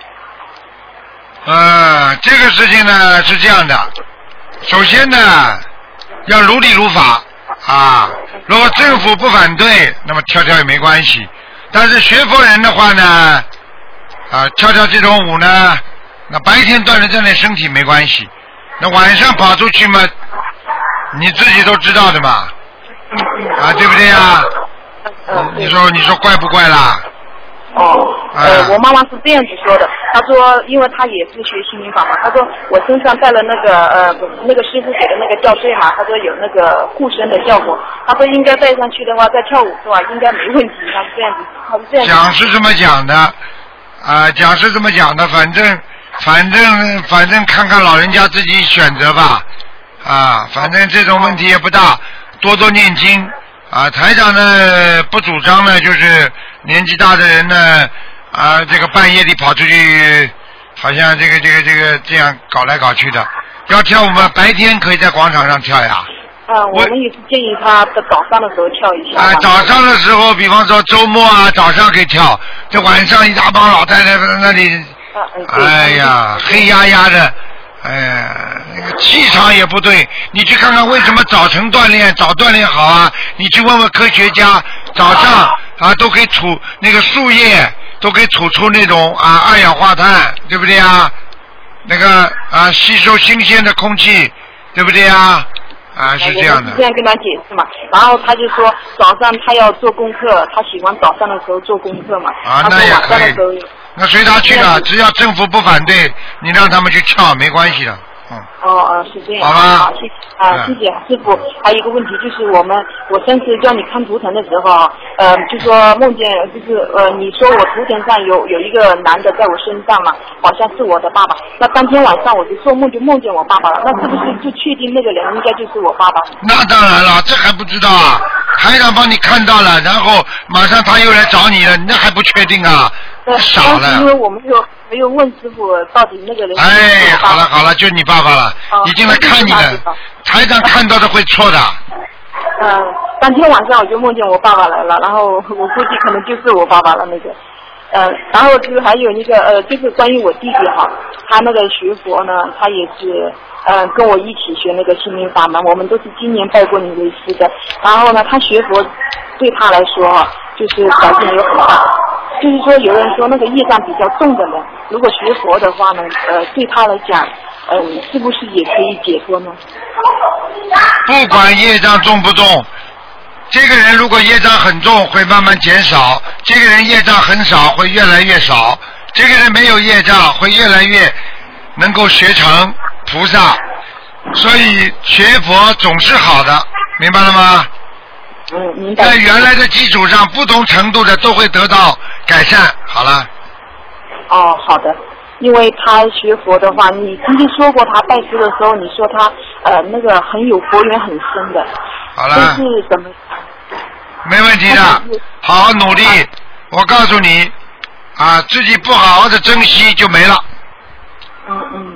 B: 呃，这个事情呢是这样的，首先呢要如理如法啊，如果政府不反对，那么跳跳也没关系，但是学佛人的话呢。啊，跳跳这种舞呢，那白天锻炼锻炼身体没关系，那晚上跑出去嘛，你自己都知道的嘛，啊，对不对呀？嗯，你说你说怪不怪啦？
G: 哦，呃，我妈妈是这样子说的，她说，因为她也是学心灵法嘛，她说我身上带了那个呃那个师傅给的那个吊坠嘛，她说有那个护身的效果，她说应该戴上去的话，在跳舞的话应该没问题，她是这样子，她是这样子。
B: 讲是这么讲的。啊，讲是这么讲的，反正反正反正看看老人家自己选择吧，啊，反正这种问题也不大，多多念经啊。台长呢不主张呢，就是年纪大的人呢啊，这个半夜里跑出去，好像这个这个这个这样搞来搞去的。要跳舞嘛，白天可以在广场上跳呀。
G: 啊，我们也是建议他在早上的时候跳一下。
B: 啊，早上的时候，比方说周末啊，早上可以跳，这晚上一大帮老太太在那里，
G: 啊、
B: 哎呀，黑压压的，哎呀，那个气场也不对。你去看看为什么早晨锻炼早锻炼好啊？你去问问科学家，早上啊都可以储那个树叶都可以储出那种啊二氧化碳，对不对啊？那个啊吸收新鲜的空气，对不对啊？啊，是这样的。
G: 这样跟他解释嘛，然后他就说早上他要做功课，他喜欢早上的时候做功课嘛。
B: 啊，那也可以。那随他去了，只要政府不反对，你让他们去跳没关系的。嗯。
G: 哦哦，是这样。
B: 好吧。
G: 好，谢谢啊，谢谢师傅。还有一个问题就是我们，我上次叫你看图腾的时候，呃，就说梦见就是呃，你说我图腾上有有一个男的在我身上嘛，好像是我的爸爸。那当天晚上我就做梦就梦见我爸爸了，那是不是就确定那个人应该就是我爸爸？
B: 那当然了，这还不知道啊？台长帮你看到了，然后马上他又来找你了，那还不确定啊？傻了。
G: 因为我没有没有问师傅到底那个人。
B: 哎，好了好了，就你爸爸了，
G: 哦、
B: 已经来看你了。台长看到的会错的。
G: 嗯、呃，当天晚上我就梦见我爸爸来了，然后我估计可能就是我爸爸了那个。呃，然后就是还有那个呃，就是关于我弟弟哈，他那个学佛呢，他也是呃跟我一起学那个心灵法门，我们都是今年拜过你为师的。然后呢，他学佛对他来说哈，就是改变有很大。就是说，有人说那个业障比较重的人，如果学佛的话呢，呃，对他来讲，呃，是不是也可以解脱呢？
B: 不管业障重不重。这个人如果业障很重，会慢慢减少；这个人业障很少，会越来越少；这个人没有业障，会越来越能够学成菩萨。所以学佛总是好的，明白了吗？
G: 嗯，明白。
B: 在原来的基础上，不同程度的都会得到改善。好了。
G: 哦，好的。因为他学佛的话，你曾经说过他拜师的时候，你说他呃那个很有佛缘很深的。
B: 好了。
G: 这是怎么？
B: 没问题的，好好努力。我告诉你，啊，自己不好好的珍惜就没了。
G: 嗯嗯。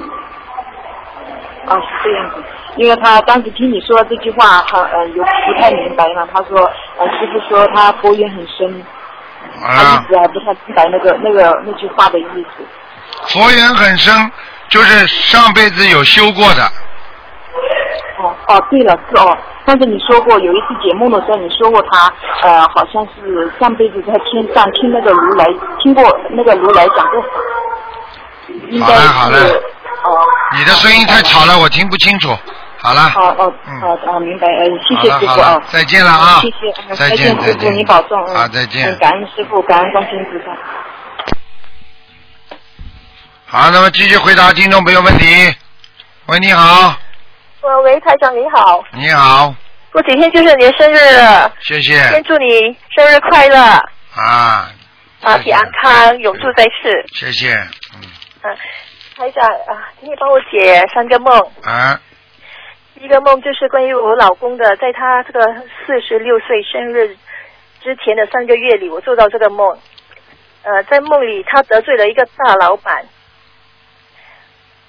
G: 哦，是这样子。因为他当时听你说这句话，他呃有不太明白嘛。他说，呃，师傅说他佛缘很深，
B: 啊、
G: 他一直还不太明白那个那个那句话的意思。
B: 佛缘很深，就是上辈子有修过的。
G: 哦哦，对了，是哦。上次你说过有一次解梦的时候，你说过他呃好像是上辈子在天上听那个如来，听过那个如来讲过法。
B: 好了好了。
G: 哦。
B: 你的声音太吵了，我听不清楚。好了。
G: 哦哦，嗯，好啊，明白，呃，谢谢师傅啊。
B: 再见了啊。
G: 谢谢，
B: 再
G: 见师傅，你保重。
B: 啊，再见。
G: 感恩师傅，感恩观世音菩萨。
B: 好，那么继续回答听众朋友问题。喂，你好。
H: 呃，喂，台长你好。
B: 你好。
H: 过几天就是你的生日了。
B: 谢谢。
H: 先祝你生日快乐。
B: 啊。
H: 啊，平安康，永驻在世。
B: 谢谢。嗯。
H: 嗯，台长啊，请你帮我解三个梦。
B: 啊。
H: 一个梦就是关于我老公的，在他这个四十六岁生日之前的三个月里，我做到这个梦。呃，在梦里他得罪了一个大老板，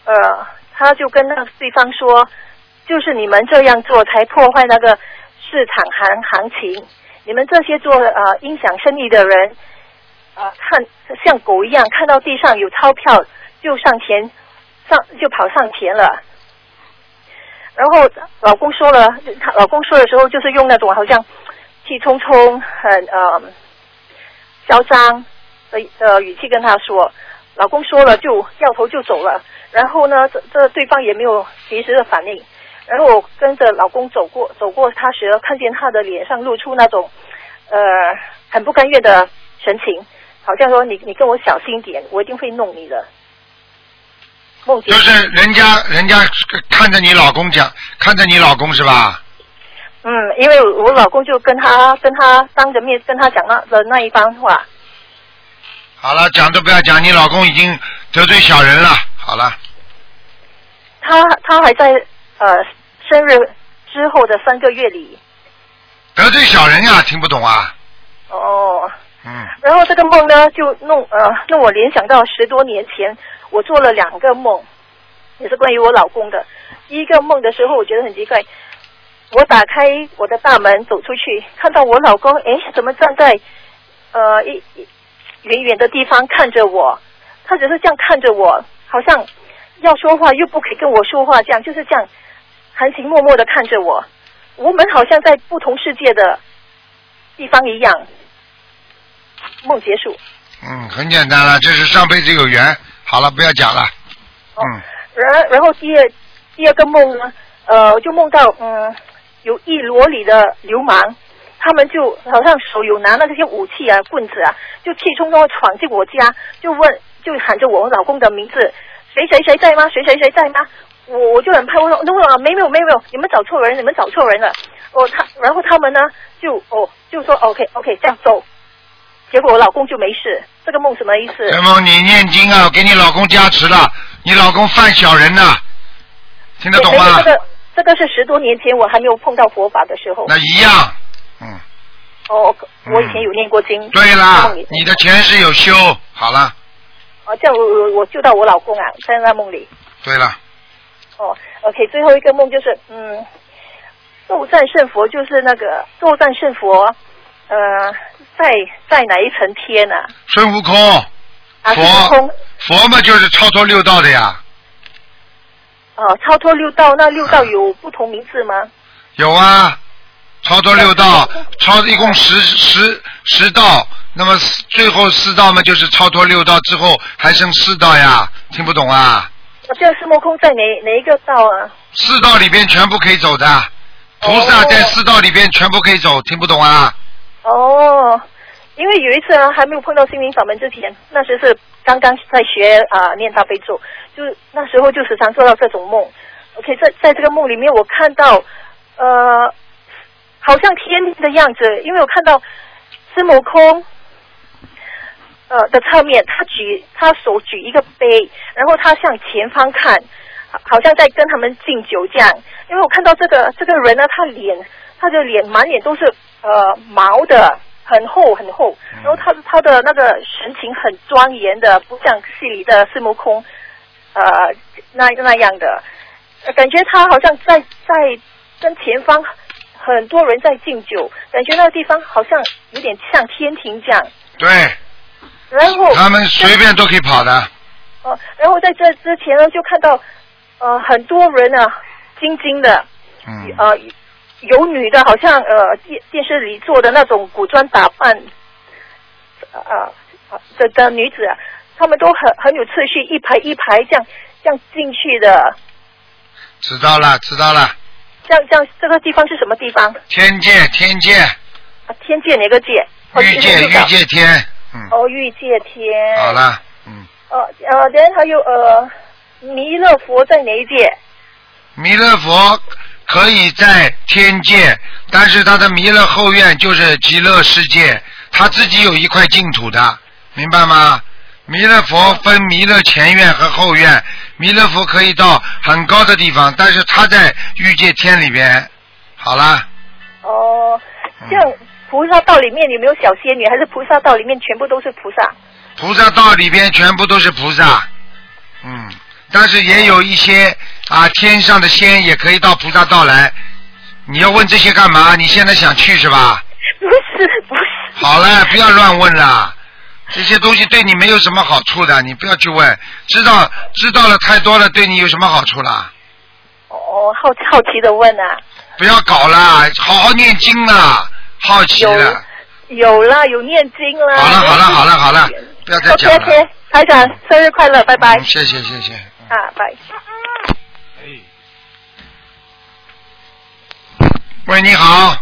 H: 呃，他就跟那个对方说，就是你们这样做才破坏那个市场行行情，你们这些做呃音响生意的人，呃，看像狗一样，看到地上有钞票就上前上就跑上前了。然后老公说了，他老公说的时候就是用那种好像气冲冲、很呃嚣张的呃语气跟他说。老公说了就掉头就走了，然后呢，这这对方也没有及时的反应。然后我跟着老公走过走过他时，看见他的脸上露出那种呃很不甘愿的神情，好像说你你跟我小心点，我一定会弄你的。梦姐
B: 就是人家人家看着你老公讲，看着你老公是吧？
H: 嗯，因为我老公就跟他跟他当着面跟他讲那的那一番话。
B: 好了，讲都不要讲，你老公已经得罪小人了。好了。
H: 他他还在呃生日之后的三个月里。
B: 得罪小人呀、啊，听不懂啊。
H: 哦。
B: 嗯。
H: 然后这个梦呢，就弄呃弄我联想到十多年前，我做了两个梦，也是关于我老公的。第一个梦的时候，我觉得很奇怪，我打开我的大门走出去，看到我老公，诶，怎么站在呃一一。远远的地方看着我，他只是这样看着我，好像要说话又不可以跟我说话，这样就是这样含情脉脉的看着我，我们好像在不同世界的地方一样。梦结束。
B: 嗯，很简单了，这是上辈子有缘。好了，不要讲了。嗯。
H: 然然后第二第二个梦呢，呃，就梦到嗯有一罗里的流氓。他们就好像手有拿那些武器啊、棍子啊，就气冲冲地闯进我家，就问，就喊着我老公的名字，谁谁谁在吗？谁谁谁在吗？我我就很怕，我说 no no 没有没有没有，你们找错人，你们找错人了。哦，他然后他们呢就哦就说 OK OK 这样走，结果我老公就没事。这个梦什么意思？
B: 这梦你念经啊，给你老公加持了，你老公犯小人呐、啊，听得懂吗？
H: 这个这个是十多年前我还没有碰到佛法的时候。
B: 那一样。嗯，
H: 哦，我以前有念过经。
B: 嗯、对啦，你的前世有修，好了。
H: 哦，这样我我我救到我老公啊，在那梦里。
B: 对了。
H: 哦 ，OK， 最后一个梦就是，嗯，斗战胜佛，就是那个斗战胜佛，呃，在在哪一层天呢、啊？
B: 孙悟空。
H: 啊，孙悟空。
B: 佛嘛，就是超脱六道的呀。
H: 哦，超脱六道，那六道有不同名字吗？
B: 有啊。超脱六道，超一共十十十道，那么最后四道嘛，就是超脱六道之后还剩四道呀，听不懂啊？
H: 这个孙悟空在哪哪一个道啊？
B: 四道里边全部可以走的，菩萨在四道里边全部可以走，听不懂啊？
H: 哦，因为有一次啊，还没有碰到心灵法门之前，那时是刚刚在学啊、呃、念大悲咒，就那时候就时常做到这种梦。OK， 在在这个梦里面，我看到呃。好像天的样子，因为我看到孙悟空呃的侧面，他举他手举一个杯，然后他向前方看，好像在跟他们敬酒这样。因为我看到这个这个人呢，他脸他的脸满脸都是呃毛的，很厚很厚，然后他他的那个神情很庄严的，不像戏里的孙悟空呃那那样的，感觉他好像在在跟前方。很多人在敬酒，感觉那个地方好像有点像天庭这样。
B: 对。
H: 然后
B: 他们随便都可以跑的。
H: 哦、呃，然后在这之前呢，就看到呃很多人啊，精精的，
B: 嗯，
H: 呃有女的，好像呃电电视里做的那种古装打扮，呃的的女子、啊，她们都很很有次序，一排一排这样这样进去的。
B: 知道了，知道了。
H: 这样这样，这个地方是什么地方？
B: 天界，天界。
H: 啊，天界哪个界？
B: 欲界，欲界天。嗯。
H: 哦，欲界天。
B: 好了，嗯。
H: 呃呃，然后还有呃，弥勒佛在哪一界？
B: 弥勒佛可以在天界，但是他的弥勒后院就是极乐世界，他自己有一块净土的，明白吗？弥勒佛分弥勒前院和后院，弥勒佛可以到很高的地方，但是他在欲界天里边。好啦。
H: 哦，这样菩萨道里面有没有小仙女，还是菩萨道里面全部都是菩萨？
B: 菩萨道里边全部都是菩萨。嗯， 但是也有一些啊天上的仙也可以到菩萨道来。你要问这些干嘛？你现在想去是吧？
H: 不是不是。
B: 好了，不要乱问了，这些东西对你没有什么好处的，你不要去问。知道知道了太多了，对你有什么好处了？
H: 哦，好好奇的问啊。
B: 不要搞了，好好念经啊！好奇了。
H: 有有了，有念经了。
B: 好了好了好了好了，不要再讲了。
H: OK OK， 台长，生日快乐，拜拜。
B: 嗯、谢谢谢谢。
H: 啊，拜。
B: 喂，你好。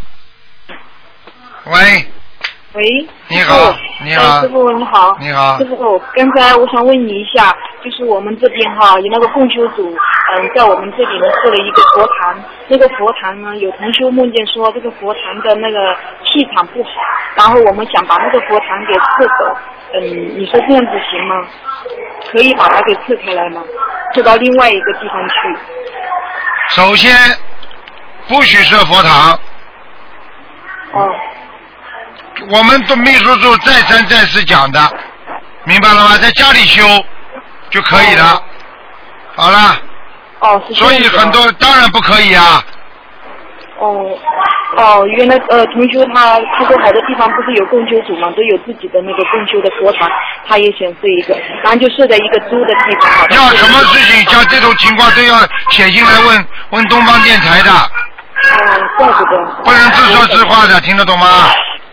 B: 喂。
G: 喂。
B: 你好，你好。
G: 哎，师傅你好。
B: 你好。
G: 师傅，刚才我想问你一下，就是我们这边哈有那个共修组，嗯，在我们这里呢设了一个佛堂，那个佛堂呢有同修梦见说这个佛堂的那个气场不好，然后我们想把那个佛堂给撤走，嗯，你说这样子行吗？可以把它给撤开来吗？撤到另外一个地方去。
B: 首先。不许设佛堂。
G: 哦。
B: 我们都秘书处再三再四讲的，明白了吗？在家里修就可以了。好了。
G: 哦，是。
B: 所以很多当然不可以啊。
G: 哦哦，原来呃，同修他他说好多地方不是有共修组嘛，都有自己的那个共修的佛堂，他也想设一个，然后就设在一个租的地方。
B: 要什么事情像这种情况都要写进来问问东方电台的。
G: 哦，怪不得。
B: 不能自说自话的，听得懂吗？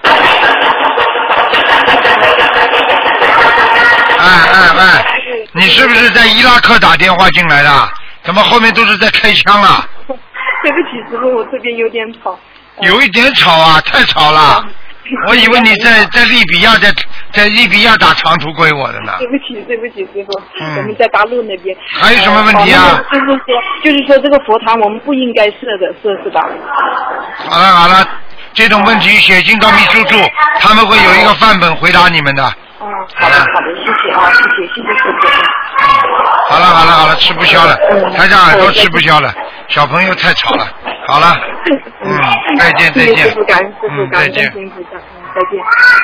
B: 哎哎哎，你是不是在伊拉克打电话进来的？怎么后面都是在开枪啊？
G: 对不起，师傅，我这边有点吵。
B: 有一点吵啊，太吵了。我以为你在在利比亚在在利比亚打长途归我的呢。
G: 对不起，对不起，师傅，
B: 嗯、
G: 我们在大陆那边。
B: 还有什么问题啊？
G: 呃、就是说，就是说这个佛堂我们不应该设的，设是吧？
B: 好了好了，这种问题写进到秘书处，他们会有一个范本回答你们的。
G: 哦，好的好的，谢谢啊，谢谢谢谢师傅。
B: 好了好了好了，吃不消了，
G: 嗯、
B: 台长耳朵吃不消了，小朋友太吵了。好了，嗯，再见再见。
G: 师傅感恩师傅感恩
B: 再见。
G: 嗯，再见。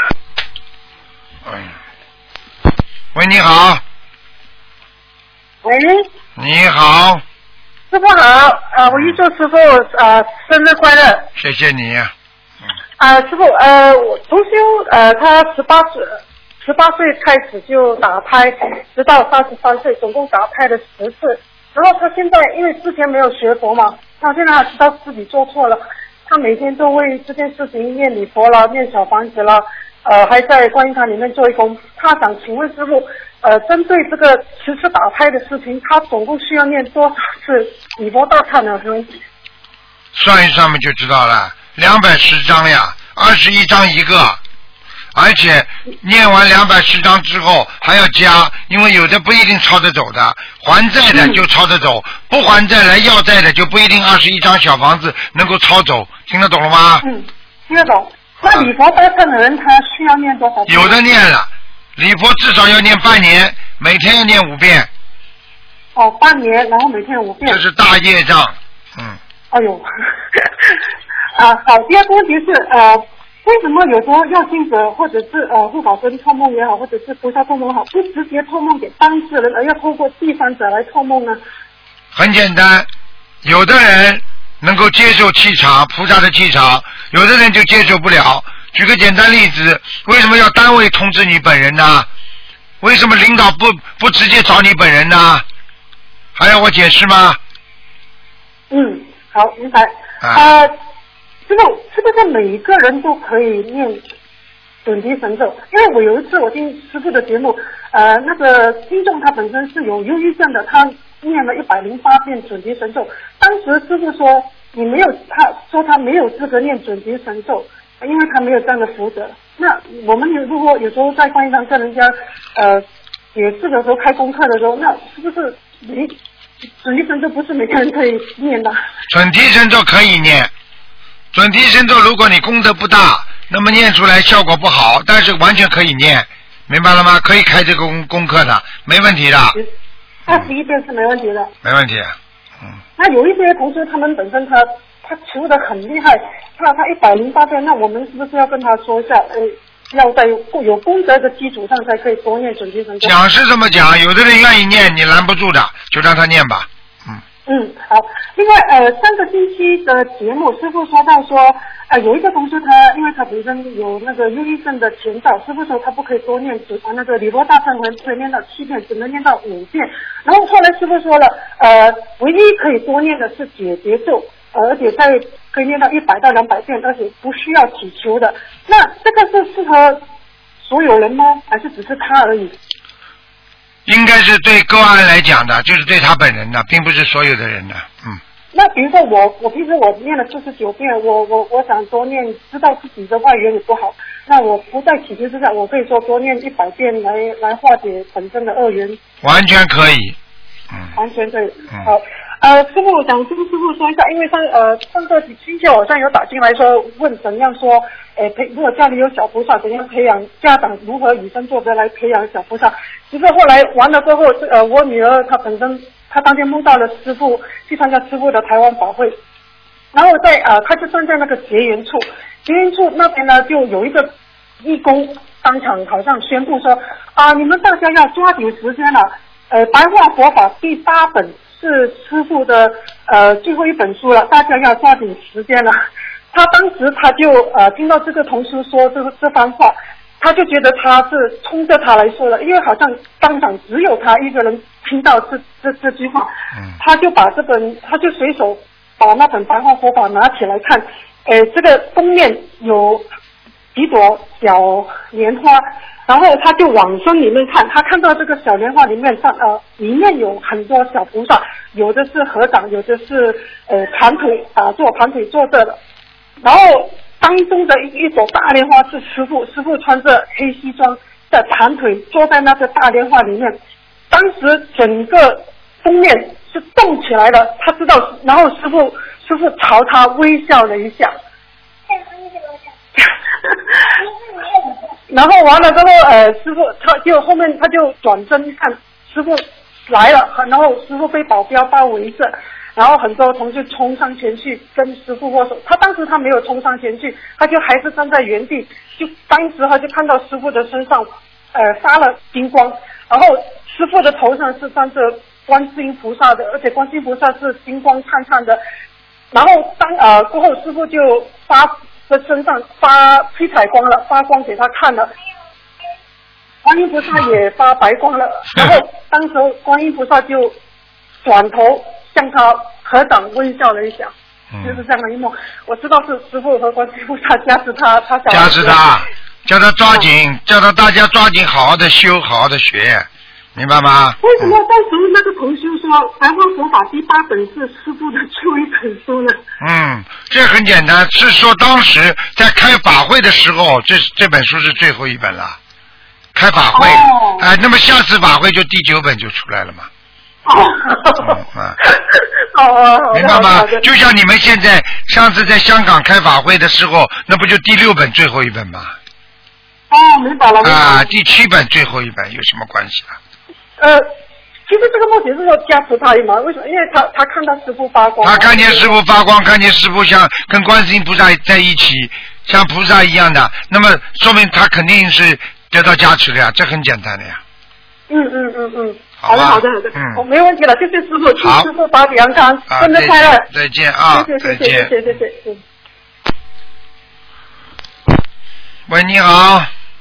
B: 哎，喂，你好。
I: 喂。
B: 你好。
I: 师傅好，呃，我预祝师傅呃生日快乐。
B: 谢谢你。
I: 嗯。啊、呃，师傅，呃，我同修呃，他十八岁，十八岁开始就打胎，直到三十三岁，总共打胎了十次。然后他现在因为之前没有学佛嘛，他现在他知道自己做错了，他每天都为这件事情念礼佛啦，念小房子啦，呃，还在观音堂里面做义工。他想请问师傅，呃，针对这个十次打胎的事情，他总共需要念多少次礼佛大忏呢？
B: 算一算嘛就知道了，两百十章呀，二十一章一个。而且念完两百十章之后还要加，因为有的不一定抄得走的，还债的就抄得走，嗯、不还债来要债的就不一定二十一张小房子能够抄走，听得懂了吗？
I: 嗯，听得懂。那礼佛大忏的人他需要念多少遍？
B: 有的念了，礼佛至少要念半年，每天要念五遍。
I: 哦，半年，然后每天五遍。
B: 这是大业障，嗯。
I: 哎呦，啊，好，第二个问题是呃。为什么有时候要信者或者是呃护法神托梦也好，或者是菩萨托梦也好，不直接托梦给当事人，而要透过第三者来托梦呢？
B: 很简单，有的人能够接受气场，菩萨的气场，有的人就接受不了。举个简单例子，为什么要单位通知你本人呢？为什么领导不不直接找你本人呢？还要我解释吗？
I: 嗯，好，明白。
B: 啊。
I: 呃师傅，是不是每一个人都可以念准提神咒？因为我有一次我听师傅的节目，呃，那个听众他本身是有忧郁症的，他念了一百零八遍准提神咒。当时师傅说你没有，他说他没有资格念准提神咒，因为他没有这样的福德。那我们如果有时候在观音堂跟人家呃解释的时候开功课的时候，那是不是你准提神咒不是每个人可以念的？
B: 准提神咒可以念。准提神咒，如果你功德不大，那么念出来效果不好，但是完全可以念，明白了吗？可以开这个功功课的，没问题的。
I: 二十一遍是没问题的。
B: 没问题。嗯。
I: 那有一些同学，他们本身他他求的很厉害，他他一百零八遍，那我们是不是要跟他说一下？呃， 要在有有功德的基础上才可以多念准提神咒。
B: 讲是这么讲，有的人愿意念，你拦不住的，就让他念吧。
I: 嗯，好。另外，呃，上个星期的节目，师傅说到说，呃，有一个同学他，因为他本身有那个忧郁症的前兆，师傅说他不可以多念只啊那个礼佛大忏悔可以念到七遍，只能念到五遍。然后后来师傅说了，呃，唯一可以多念的是解结咒，呃，而且在可以念到一百到两百遍，而且不需要祈求的。那这个是适合所有人吗？还是只是他而已？
B: 应该是对个案来讲的，就是对他本人的，并不是所有的人的。嗯。
I: 那比如说我，我平时我念了四十九遍，我我我想多念，知道自己的外缘也不好，那我不在祈求之下，我可以说多念一百遍来来化解本身的恶缘。完全可以。嗯。完全可以。嗯、好。呃，师傅，我想跟师傅说一下，因为上呃上个星期好像有打进来说问怎样说，呃培如果家里有小菩萨，怎样培养家长如何以身作则来培养小菩萨。其实后来完了之后，呃我女儿她本身她当天梦到了师傅，去参加师傅的台湾法会，然后在呃她就站在那个结缘处，结缘处那边呢就有一个义工当场好像宣布说啊、呃、你们大家要抓紧时间了，呃白话佛法第八本是师父的呃最后一本书了，大家要抓紧时间了。他当时他就呃听到这个同修说这个这番话，他就觉得他是冲着他来说的，因为好像当场只有他一个人听到这这这句话，他就把这本他就随手把那本白话佛法拿起来看，呃这个封面有几朵小莲花。然后他就往生里面看，他看到这个小莲花里面上呃里面有很多小菩萨，有的是合掌，有的是呃盘腿打坐盘腿坐着的。然后当中的一朵大莲花是师父，师父穿着黑西装在盘腿坐在那个大莲花里面。当时整个封面是动起来了，他知道，然后师父师父朝他微笑了一下。然后完了之后，呃，师傅他就后面他就转身看师傅来了，然后师傅被保镖包围着，然后很多同学冲上前去跟师傅握手。他当时他没有冲上前去，他就还是站在原地。就当时他就看到师傅的身上，呃，发了金光，然后师傅的头上是站着观世音菩萨的，而且观世音菩萨是金光灿灿的。然后当呃过后，师傅就发。在身上发七彩光了，发光给他看了。观音菩萨也发白光了，然后当时观音菩萨就转头向他合掌微笑了一下，嗯、就是这样的一幕。我知道是师父和观音菩萨加持他，他想加持他，叫他抓紧，嗯、叫他大家抓紧，好好的修，好好的学。明白吗？为什么当时那个同修说白话佛法第八本是师父的最后一本书呢？嗯，这很简单，是说当时在开法会的时候，这这本书是最后一本了。开法会，哎、哦呃，那么下次法会就第九本就出来了嘛。哦，嗯啊、哦，明白吗？就像你们现在上次在香港开法会的时候，那不就第六本最后一本吗？哦，明白了。啊，第七本最后一本有什么关系啊？呃，其实这个梦只是说加持他嘛，为什么？因为他他看到师父发光，他看见师父发光，看见师父像跟观世音菩萨在一起，像菩萨一样的，那么说明他肯定是得到加持的呀，这很简单的呀。嗯嗯嗯嗯，好的好的好的，嗯，我、哦、没问题了，谢谢师父，祝师父法体安康，生日快乐，再见啊，谢谢谢谢谢谢谢谢。嗯。喂，你好。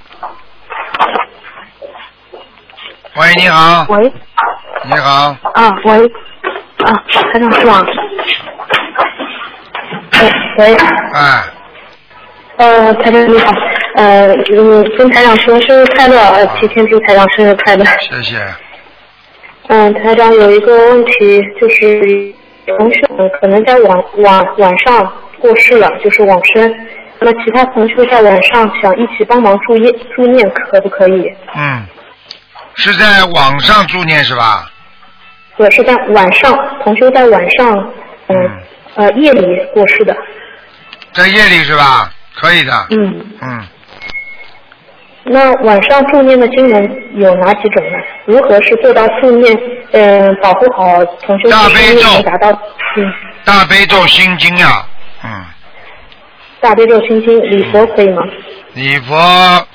I: 喂，你好。喂。你好。啊，喂。啊，台长是吗？喂喂。哎。呃，台长你好，呃，嗯，跟台长说生日快乐，呃，提前祝台长生日快乐。谢谢。嗯，台长有一个问题，就是同学可能在晚晚晚上过世了，就是往生，那么其他同学在晚上想一起帮忙助念助念，可不可以？嗯。是在网上助念是吧？对，是在晚上，同修在晚上，呃、嗯，呃，夜里过世的。在夜里是吧？可以的。嗯嗯。那晚上助念的经文有哪几种呢？如何是做到助念，嗯、呃，保护好同修大悲咒，达到嗯。大悲咒心经呀、啊，嗯。大悲咒心经礼佛可以吗？礼佛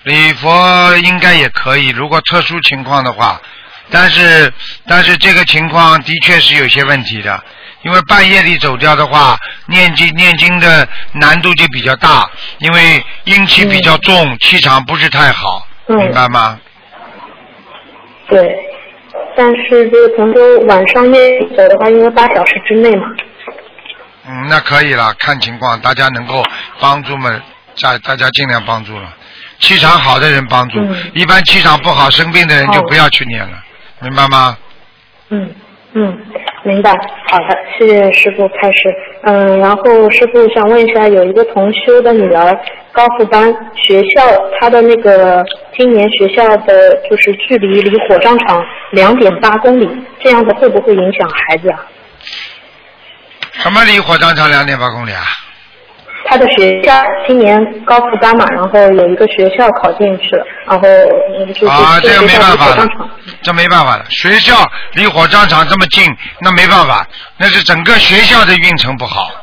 B: 礼佛应该也可以，如果特殊情况的话，但是但是这个情况的确是有些问题的，因为半夜里走掉的话，念经念经的难度就比较大，因为阴气比较重，嗯、气场不是太好，嗯、明白吗？
J: 对，但是这个同修晚上夜里走的话，因为八小时之内嘛。
B: 嗯，那可以了，看情况，大家能够帮助们，大大家尽量帮助了。气场好的人帮助，嗯、一般气场不好、生病的人就不要去念了，明白吗？
J: 嗯嗯，明白。好的，谢谢师傅开始。嗯，然后师傅想问一下，有一个同修的女儿高复班学校，她的那个今年学校的就是距离离火葬场两点八公里，这样的会不会影响孩子啊？
B: 什么离火葬场两点八公里啊？
J: 他的学校今年高复班嘛，然后有一个学校考进去了，然后就是
B: 啊，这个没办法了，这没办法了。学校离火葬场这么近，那没办法，那是整个学校的运程不好。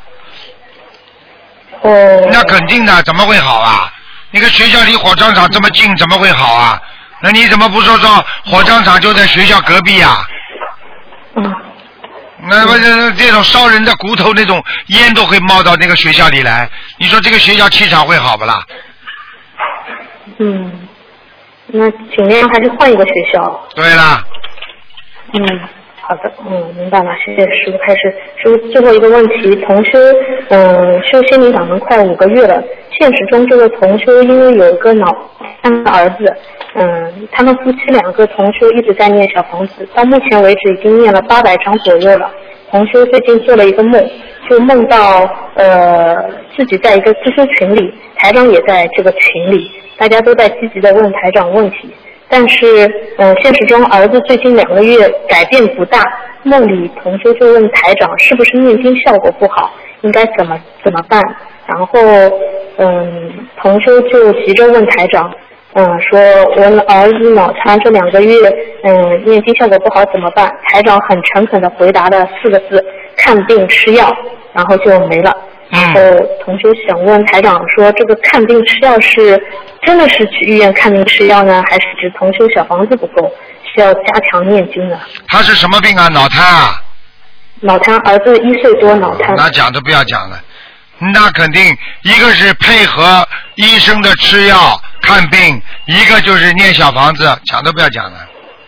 J: 哦。
B: 那肯定的，怎么会好啊？那个学校离火葬场这么近，怎么会好啊？那你怎么不说说火葬场就在学校隔壁啊？
J: 嗯。
B: 那么这种烧人的骨头那种烟都会冒到那个学校里来，你说这个学校气场会好不啦？
J: 嗯，那尽量还是换一个学校。
B: 对啦。
J: 嗯，好的，嗯，明白了，谢谢师傅开始。师傅最后一个问题，同修，嗯，修心灵法门快五个月了，现实中这个同修因为有一个脑瘫的儿子，嗯，他们夫妻两个同修一直在念小房子，到目前为止已经念了八百章左右了。同修最近做了一个梦，就梦到呃自己在一个 Q Q 群里，台长也在这个群里，大家都在积极的问台长问题。但是，嗯、呃，现实中儿子最近两个月改变不大，梦里同修就问台长是不是念经效果不好，应该怎么怎么办？然后，嗯，同修就急着问台长，嗯，说我儿子脑瘫这两个月，嗯，念经效果不好怎么办？台长很诚恳的回答了四个字：看病吃药，然后就没了。然后同学想问台长说，这个看病吃药是真的是去医院看病吃药呢，还是指同修小房子不够，需要加强念经呢？
B: 他是什么病啊？脑瘫啊？
J: 脑瘫，儿子一岁多，脑瘫。
B: 那讲都不要讲了，那肯定一个是配合医生的吃药看病，一个就是念小房子，讲都不要讲了。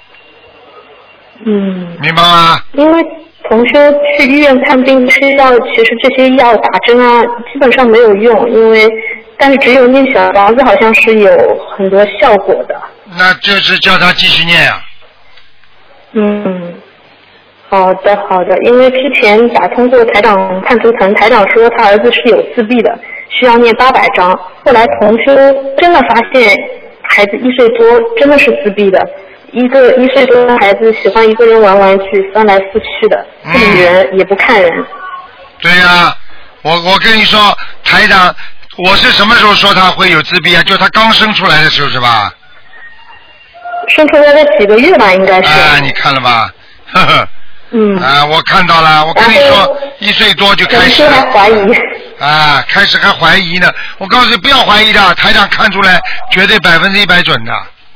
J: 嗯，
B: 明白吗？
J: 因为同修去医院看病吃药，其实这些药打针啊基本上没有用，因为但是只有念小房子好像是有很多效果的。
B: 那就是叫他继续念呀、啊。
J: 嗯，好的好的，因为之前打通过台长看图腾，台长说他儿子是有自闭的，需要念八百章，后来同修真的发现孩子一岁多真的是自闭的。一个一岁多的孩子喜欢一个人玩玩具，翻来覆去的，不理人、嗯、也不看人。
B: 对呀、啊，我我跟你说，台长，我是什么时候说他会有自闭啊？就他刚生出来的时候是吧？
J: 生出来的几个月吧，应该是。
B: 啊，你看了吧？呵呵。
J: 嗯。
B: 啊，我看到了，我跟你说，一岁多就开始。
J: 还怀疑。
B: 啊，开始还怀疑呢。我告诉你，不要怀疑的，台长看出来，绝对百分之一百准的。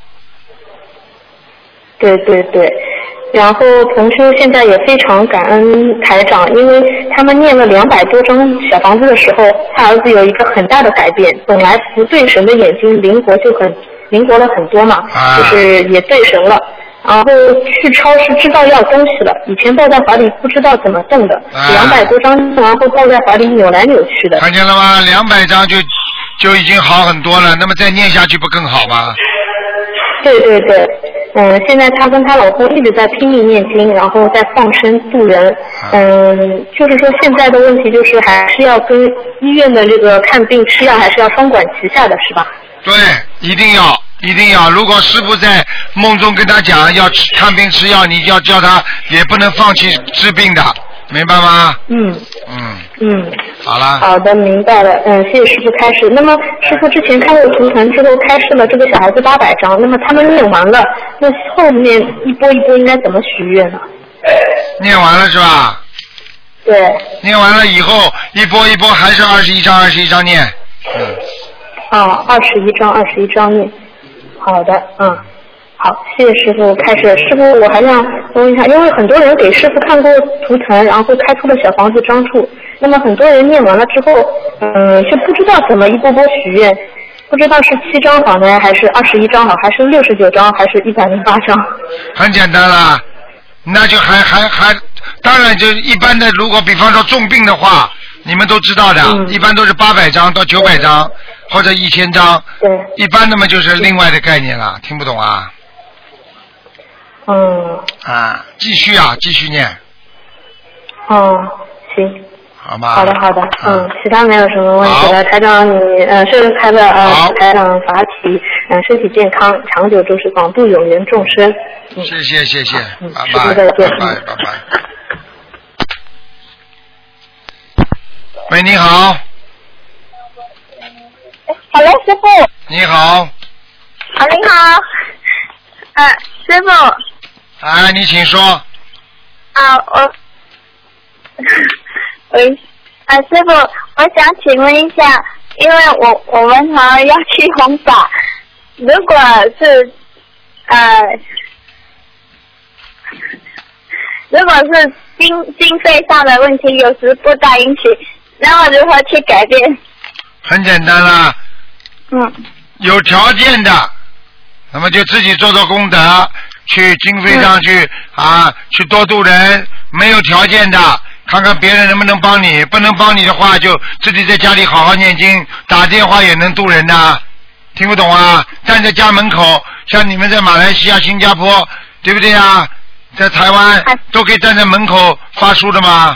J: 对对对，然后同修现在也非常感恩台长，因为他们念了两百多张小房子的时候，他儿子有一个很大的改变，本来不对神的眼睛灵活就很灵活了很多嘛，
B: 啊、
J: 就是也对神了。然后去超市知道要东西了，以前抱在怀里不知道怎么动的，两百、啊、多张然后抱在怀里扭来扭去的。
B: 看见了吗？两百张就就已经好很多了，那么再念下去不更好吗？
J: 对对对，嗯，现在她跟她老公一直在拼命念经，然后在放生度人，嗯，就是说现在的问题就是还是要跟医院的这个看病吃药还是要双管齐下的，是吧？
B: 对，一定要一定要，如果师父在梦中跟他讲要吃看病吃药，你要叫他也不能放弃治病的，明白吗？
J: 嗯
B: 嗯
J: 嗯，
B: 好了。
J: 好的，明白了。嗯，谢谢师傅开始。那么师傅之前看过图腾之后开示了这个小孩子八百张，那么他们念完了，那后面一波一波应该怎么许愿呢？
B: 念完了是吧？
J: 对。
B: 念完了以后一波一波还是二十一张二十一张念。嗯。
J: 啊，二十一张二十一张念。 好的，嗯，好，谢谢师傅。开始，师傅，我还想问一下，因为很多人给师傅看过图腾，然后会开出了小房子张数，那么很多人念完了之后，嗯，就不知道怎么一波波许愿，不知道是七张好呢，还是二十一张好，还是六十九张，还是一百零八张？
B: 很简单啦，那就还还还，当然就一般的，如果比方说重病的话，你们都知道的，嗯、一般都是八百张到九百张或者一千张。
J: 对。
B: 一般的嘛就是另外的概念了，听不懂啊？
J: 嗯。
B: 啊，继续啊，继续念。
J: 哦，行。
B: 好吗？
J: 好的，好的，嗯，其他没有什么问题了。台长，你呃，生日快乐啊！台长法体，嗯、呃，身体健康，长久住世，广度有缘众生。嗯、
B: 谢谢，谢谢，
J: 嗯，
B: 拜拜，
J: 再见，
B: 拜拜，拜拜。喂，你好。
C: Hello， 师傅。
B: 你好。
C: 啊，你好。呃，师傅。
B: 哎，你请说。
C: 啊，我。喂，啊，师傅，我想请问一下，因为我我们呢要去弘法，如果是呃，如果是经经费上的问题，有时不大允许，那么如何去改变？
B: 很简单啦。
C: 嗯。
B: 有条件的，那么就自己做做功德，去经费上去、嗯、啊，去多度人。没有条件的。看看别人能不能帮你，不能帮你的话，就自己在家里好好念经，打电话也能渡人呐。听不懂啊？站在家门口，像你们在马来西亚、新加坡，对不对啊？在台湾都可以站在门口发书的吗？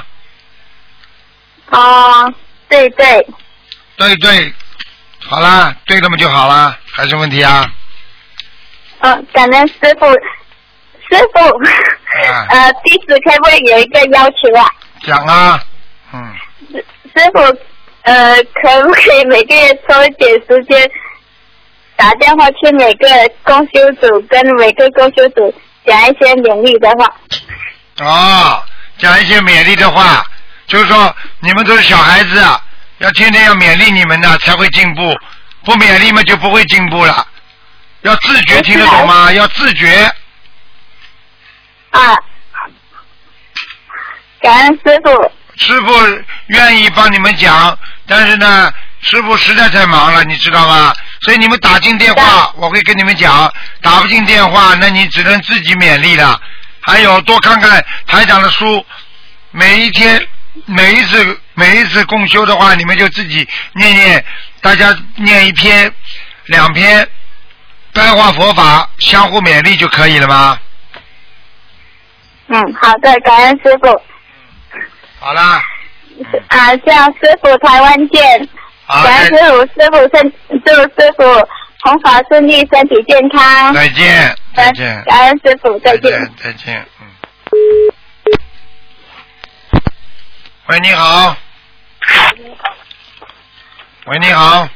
C: 哦，对对。
B: 对对，好啦，对了嘛就好啦，还是问题啊？
C: 嗯，感恩师傅，师傅，啊、呃，弟子可不可以有一个要求啊？
B: 讲啊，嗯。
C: 师师傅，呃，可不可以每个月抽一点时间，打电话去每个共修组跟每个共修组讲一些勉励的话？
B: 哦，讲一些勉励的话，就是说你们都是小孩子，要天天要勉励你们的，才会进步。不勉励嘛，就不会进步了。要自觉，听得懂吗？要自觉。
C: 啊。感恩师傅。
B: 师傅愿意帮你们讲，但是呢，师傅实在太忙了，你知道吗？所以你们打进电话，我会跟你们讲；打不进电话，那你只能自己勉励了。还有多看看台长的书，每一天、每一次、每一次共修的话，你们就自己念念，大家念一篇、两篇，白话佛法，相互勉励就可以了吗？
C: 嗯，好的，感恩师傅。
B: 好啦。
C: 啊，向师傅台湾见。感恩师傅，师傅身祝师傅弘法顺利，身体健康。
B: 再见，再见。
C: 感恩师傅，再见。
B: 再见，嗯。喂，你好。喂，你好。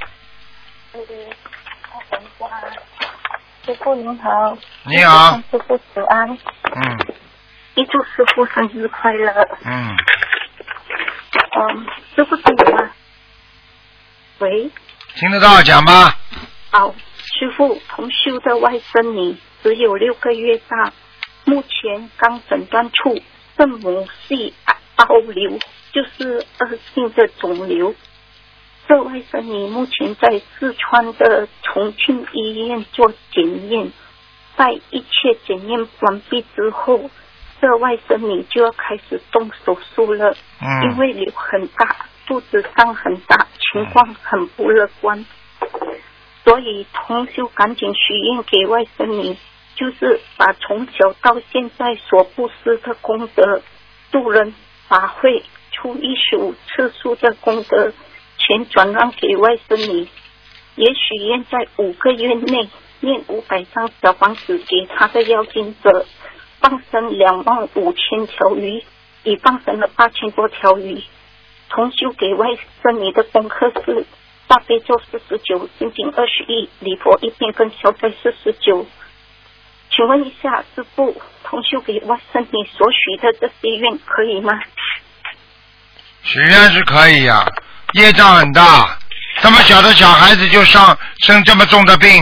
K: 师傅您好。
B: 你好。
K: 师傅早安。
B: 嗯。
K: 预祝师傅生日快乐。
B: 嗯。
K: 嗯，师傅听得吗？喂。
B: 听得到，讲吧。
K: 好，师傅，同修的外甥女只有六个月大，目前刚诊断出圣母系胞瘤，就是恶性的肿瘤。这外甥女目前在四川的重庆医院做检验，在一切检验完毕之后，这外甥女就要开始动手术了。嗯。因为瘤很大，肚子上很大，情况很不乐观。所以同修赶紧许愿给外甥女，就是把从小到现在所布施的功德，助人法会出一十五次数的功德钱转让给外甥女，也许愿在五个月内念五百张小房子给他的要经者，放生两万五千条鱼，已放生了八千多条鱼。同修给外甥女的功课是大悲咒四十九，心经二十一，礼佛一遍跟消灾四十九。请问一下师父，同修给外甥女所许的这些愿可以吗？
B: 许愿是可以呀、啊，业障很大，这么小的小孩子就上生这么重的病，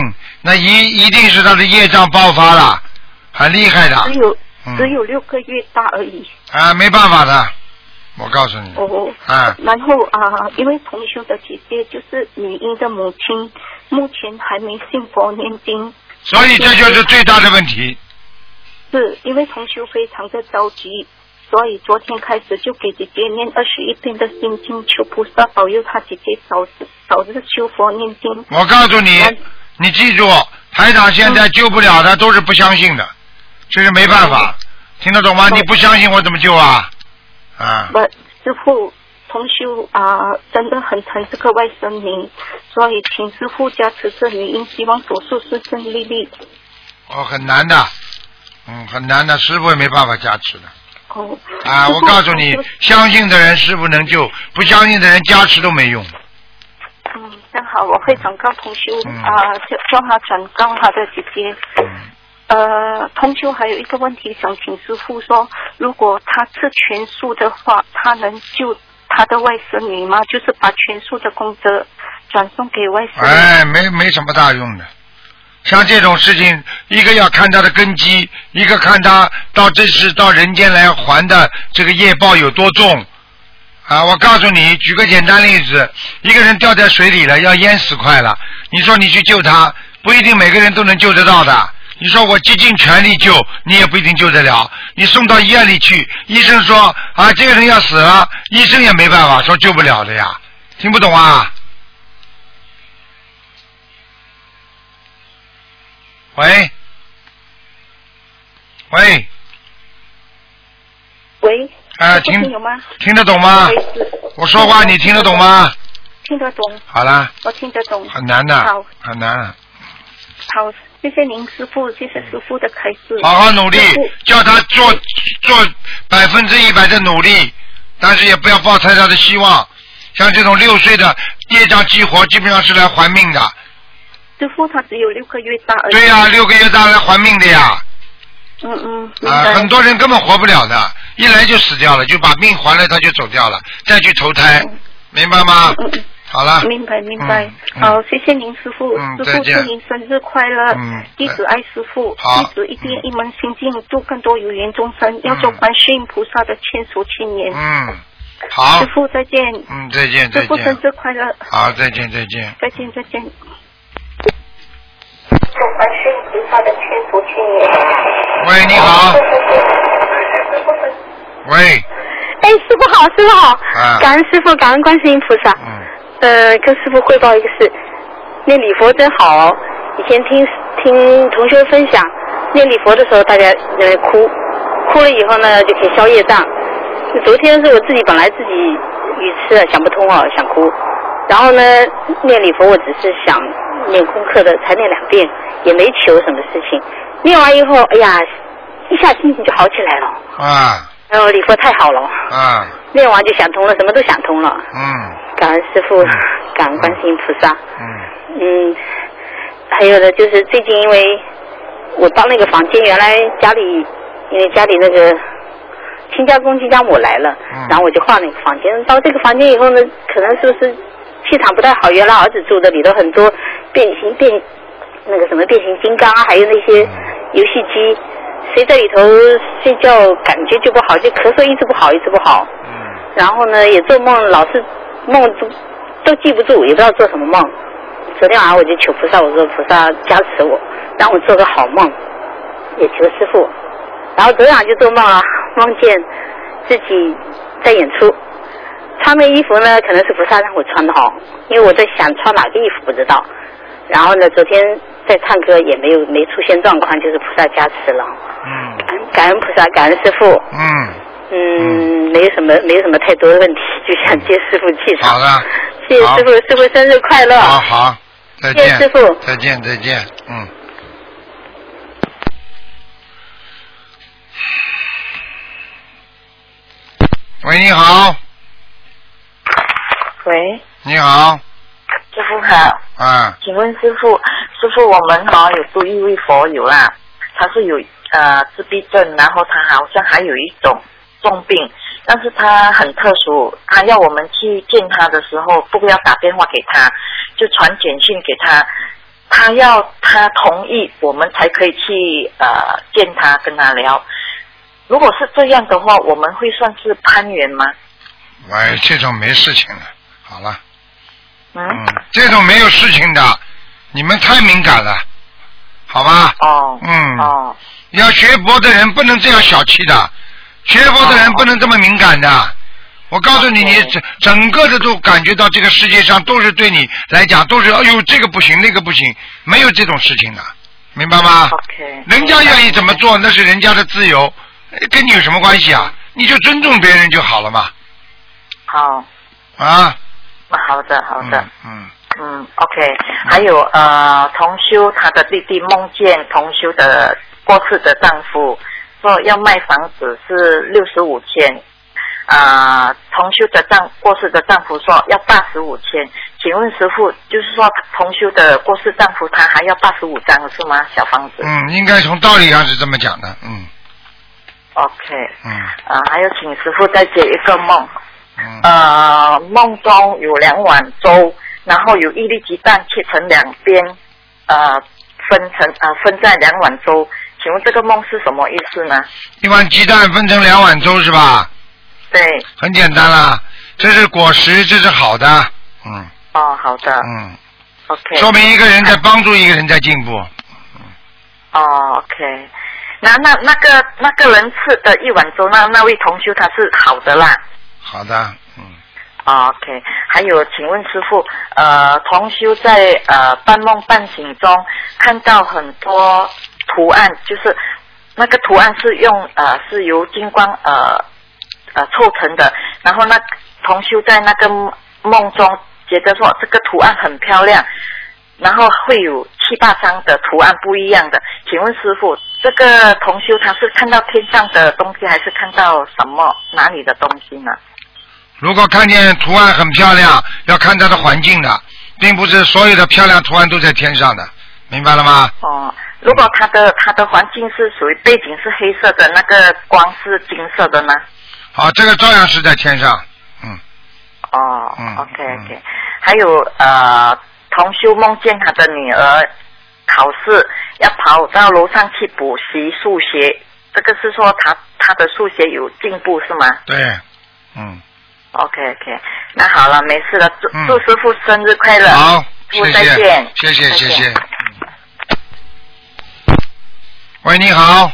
B: 那一一定是他的业障爆发了，很厉害的。
K: 只有、
B: 嗯、
K: 只有六个月大而已。
B: 啊，没办法的，我告诉你。
K: 哦。
B: 啊。
K: 然后啊，因为同修的姐姐就是女婴的母亲，目前还没信佛念经。
B: 所以这就是最大的问题。
K: 是因为同修非常的着急，所以昨天开始就给姐姐念二十一遍的心经，求菩萨保佑她姐姐早日早日修佛念经。
B: 我告诉你，你记住，台长现在救不了的都是不相信的，这是没办法，听得懂吗？你不相信我怎么救啊？啊！
K: 不，师父，同修啊、呃，真的很疼这个外甥女，所以请师父加持这女婴，希望手术顺顺利利。
B: 哦，很难的，嗯，很难的，师父也没办法加持的。
K: 哦。
B: 啊，我告诉你，相信的人师父能救，不相信的人加持都没用。
K: 嗯，正好我会转告同修啊、嗯呃，叫叫他转告他的姐姐。
B: 嗯。
K: 呃，同修还有一个问题想请师父说，如果他吃全素的话，他能救他的外甥女吗？就是把全素的功德转送给外甥女。
B: 哎，没没什么大用的。像这种事情，一个要看他的根基，一个看他到这世到人间来还的这个业报有多重啊！我告诉你，举个简单例子，一个人掉在水里了，要淹死快了，你说你去救他，不一定每个人都能救得到的。你说我竭尽全力救，你也不一定救得了。你送到医院里去，医生说啊，这个人要死了，医生也没办法，说救不了的呀。听不懂啊？喂，喂，
K: 喂，
B: 啊，听
K: 有吗？
B: 听得懂吗？我说话你听得懂吗？
K: 听得懂。
B: 好了。
K: 我听得懂。
B: 很难的。
K: 好。
B: 很难。
K: 好，谢谢您师父，谢谢师父的开示。
B: 好好努力，叫他做做百分之一百的努力，但是也不要抱太大的希望。像这种六岁的业障激活，基本上是来还命的。
K: 师父他只有六个月大而已。
B: 对呀、啊，六个月大来还命的呀。
K: 嗯嗯。
B: 啊，很多人根本活不了的，一来就死掉了，就把命还了，他就走掉了，再去投胎，嗯、明白吗？
K: 嗯嗯。
B: 好了。
K: 明白明白。嗯、好，谢谢您师父，
B: 嗯、
K: 师父祝您生日快乐。
B: 嗯。
K: 弟子爱师父，
B: 好。
K: 弟子一定一门心境，度更多有缘众生，嗯、要做观世音菩萨的千手千眼。
B: 嗯。好。
K: 师父再见。
B: 嗯，再见再见。
K: 师父生日快乐。
B: 好，再见再见。
K: 再见再见。做观世音菩萨的千手千眼。
B: 喂，你好。喂。
L: 哎，师傅好，师傅好。
B: 啊。
L: 感恩师傅，感恩观世音菩萨。
B: 嗯。
L: 呃，跟师傅汇报一个事，念礼佛真好。以前听听同学分享，念礼佛的时候大家呃哭，哭了以后呢就可以消业障。昨天是我自己本来自己愚痴啊，想不通啊，想哭。然后呢，念礼佛我只是想念功课的，才念两遍，也没求什么事情。念完以后，哎呀，一下心情就好起来了。
B: 啊。
L: 然后礼佛太好了。
B: 啊。
L: 念完就想通了，什么都想通了。
B: 嗯。
L: 感恩师父，感恩观世音菩萨。
B: 嗯。
L: 嗯，还有呢，就是最近因为我帮那个房间，原来家里因为家里那个亲家公亲家母来了，
B: 嗯、
L: 然后我就换了一个房间。到这个房间以后呢，可能是不是气场不太好？原来儿子住的里头很多变形变那个什么变形金刚啊，还有那些游戏机，谁在里头睡觉感觉就不好，就咳嗽一直不好，一直不好。
B: 嗯。
L: 然后呢，也做梦老是梦都都记不住，也不知道做什么梦。昨天晚上我就求菩萨，我说菩萨加持我，让我做个好梦，也求师父。然后昨天晚上就做梦啊，梦见自己在演出，穿的衣服呢可能是菩萨让我穿的好，因为我在想穿哪个衣服不知道。然后呢，昨天在唱歌也没有没出现状况，就是菩萨加持了。
B: 嗯。
L: 感恩菩萨，感恩师父。
B: 嗯。
L: 嗯，没有什么没有什么太多的问题，就想接师父气场。
B: 好的。
L: 谢谢师父，师父生日快乐。
B: 好好，再见。
L: 谢谢师父。
B: 再见再见，嗯。喂，你好。
M: 喂。
B: 你好。
M: 师父好。
B: 啊。
M: 请问师父，师父我们哈、哦、有度一位佛友啦，他是有呃自闭症，然后他好像还有一种重病，但是他很特殊，他要我们去见他的时候，不要打电话给他，就传简讯给他， 他要他同意，我们才可以去呃见他，跟他聊。如果是这样的话，我们会算是攀缘吗？
B: 喂，这种没事情的，好了。
M: 嗯。
B: 嗯，这种没有事情的，你们太敏感了，好吧？
M: 哦。
B: 嗯。
M: 哦。
B: 要学佛的人不能这样小气的，学佛的人不能这么敏感的。哦、我告诉你，你整整个的都感觉到这个世界上都是对你来讲都是，哎呦这个不行那个不行，没有这种事情的，明白吗
M: ？OK。
B: 人家愿意怎么做那是人家的自由。跟你有什么关系啊？你就尊重别人就好了嘛。
M: 好。
B: 啊。
M: 好的，好的。
B: 嗯。
M: 嗯 ，OK。还有呃，同修她的弟弟梦见同修的过世的丈夫说要卖房子是六十五千，啊、呃，同修的丈过世的丈夫说要八十五千。请问师父，就是说同修的过世丈夫他还要八十五张是吗？小房子。
B: 嗯，应该从道理上是这么讲的，嗯。
M: OK，
B: 嗯，
M: 啊，还有请师父再解一个梦，
B: 嗯，
M: 呃，梦中有两碗粥，然后有一粒鸡蛋切成两边，呃，分成呃分在两碗粥，请问这个梦是什么意思呢？
B: 一碗鸡蛋分成两碗粥是吧？
M: 对。
B: 很简单啦，这是果实，这是好的，嗯。
M: 哦，好的。
B: 嗯。
M: OK。
B: 说明一个人在帮助一个人在进步。
M: 嗯。哦 ，OK。那那那个那个人吃的一碗粥，那那位同修他是好的啦。
B: 好的，嗯。
M: 哦、OK， 还有，请问师父，呃，同修在呃半梦半醒中看到很多图案，就是那个图案是用呃是由金光呃呃凑成的，然后那同修在那个梦中觉得说这个图案很漂亮。然后会有七八张的图案不一样的，请问师父，这个同修他是看到天上的东西，还是看到什么哪里的东西呢？
B: 如果看见图案很漂亮，要看它的环境的，并不是所有的漂亮图案都在天上的，明白了吗？
M: 哦，如果它的它的环境是属于背景是黑色的，那个光是金色的呢？
B: 好，这个照样是在天上，嗯。
M: 哦，
B: 嗯
M: ，OK OK，嗯、还有呃。同修梦见他的女儿考试要跑到楼上去补习数学，这个是说他他的数学有进步是吗？
B: 对，嗯。
M: OK OK， 那好了，没事了，祝、
B: 嗯、
M: 祝师傅生日快乐！
B: 好，
M: 师傅再见，
B: 谢谢谢谢。喂，你好。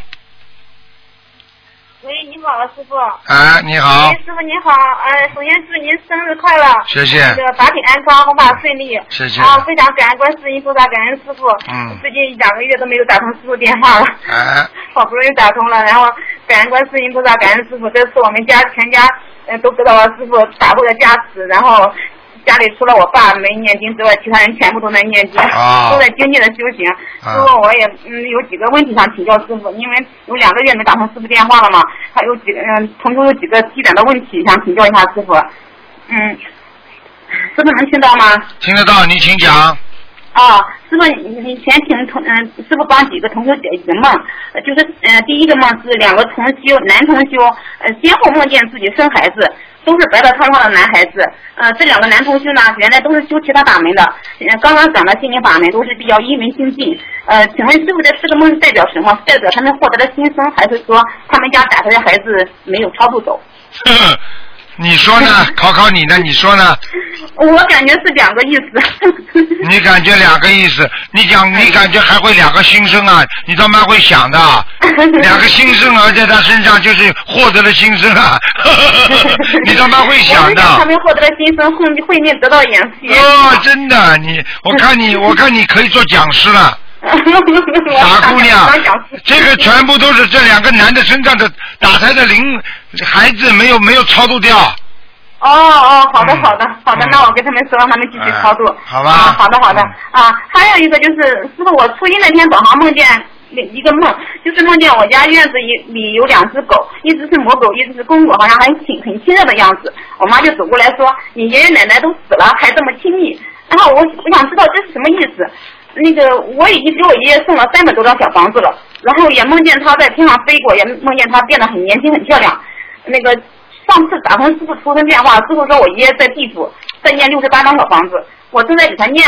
N: 喂，你好，师傅。
B: 哎，你好。
N: 喂，师傅你好，呃，首先祝您生日快乐。
B: 谢谢。
N: 那个法体安康，弘法顺利。
B: 谢谢。
N: 啊，非常感恩观世音菩萨，感恩师傅。
B: 嗯。
N: 最近两个月都没有打通师傅电话了。
B: 哎。
N: 好不容易打通了，然后感恩观世音菩萨，感恩师傅，这次我们家全家呃都得到了师傅打过的加持，然后。家里除了我爸没念经之外，其他人全部都在念经，
B: 啊、
N: 都在精进的修行。师傅，我也嗯有几个问题想请教师傅，因为有两个月没打通师傅电话了嘛，还有几嗯，同时有几个基本的问题想请教一下师傅。嗯，师傅能听到吗？
B: 听得到，你请讲。
N: 啊，师傅，你先请同嗯，师傅帮几个同修解几个梦，就是嗯、呃，第一个梦是两个同修，男同修，呃，先后梦见自己生孩子。都是白白胖胖的男孩子，呃，这两个男同修呢，原来都是修其他法门的，呃，刚刚转了心灵法门，都是比较一门精进。呃，请问师傅，这这个梦代表什么？代表他们获得了新生，还是说他们家打胎的孩子没有超度走？
B: 你说呢？考考你呢？你说呢？
N: 我感觉是两个意思。
B: 你感觉两个意思？你讲，你感觉还会两个新生啊？你他妈会想的，两个新生儿在他身上就是获得了新生啊！你他妈会想的。
N: 他们获得了新生，会会面得到延续。
B: 哦，真的，你我看你，我看你可以做讲师了。傻姑娘，这个全部都是这两个男的身上的打胎的灵孩子没有没有超度掉。
N: 哦哦，好的好的好的，嗯、那我跟他们说，让他们继续超度。
B: 哎、好吧、
N: 啊。好的好的、嗯、啊，还有一个就是，师傅，我初一那天早上梦见一个梦，就是梦见我家院子里有两只狗，一只是母狗，一只是公狗，好像很亲很亲热的样子。我妈就走过来说：“你爷爷奶奶都死了，还这么亲密。”然后我我想知道这是什么意思。那个我已经给我爷爷送了三百多张小房子了，然后也梦见他在天上飞过，也梦见他变得很年轻很漂亮。那个上次打通师傅出生电话，师傅说我爷爷在地府在念六十八张小房子，我正在给他念呢。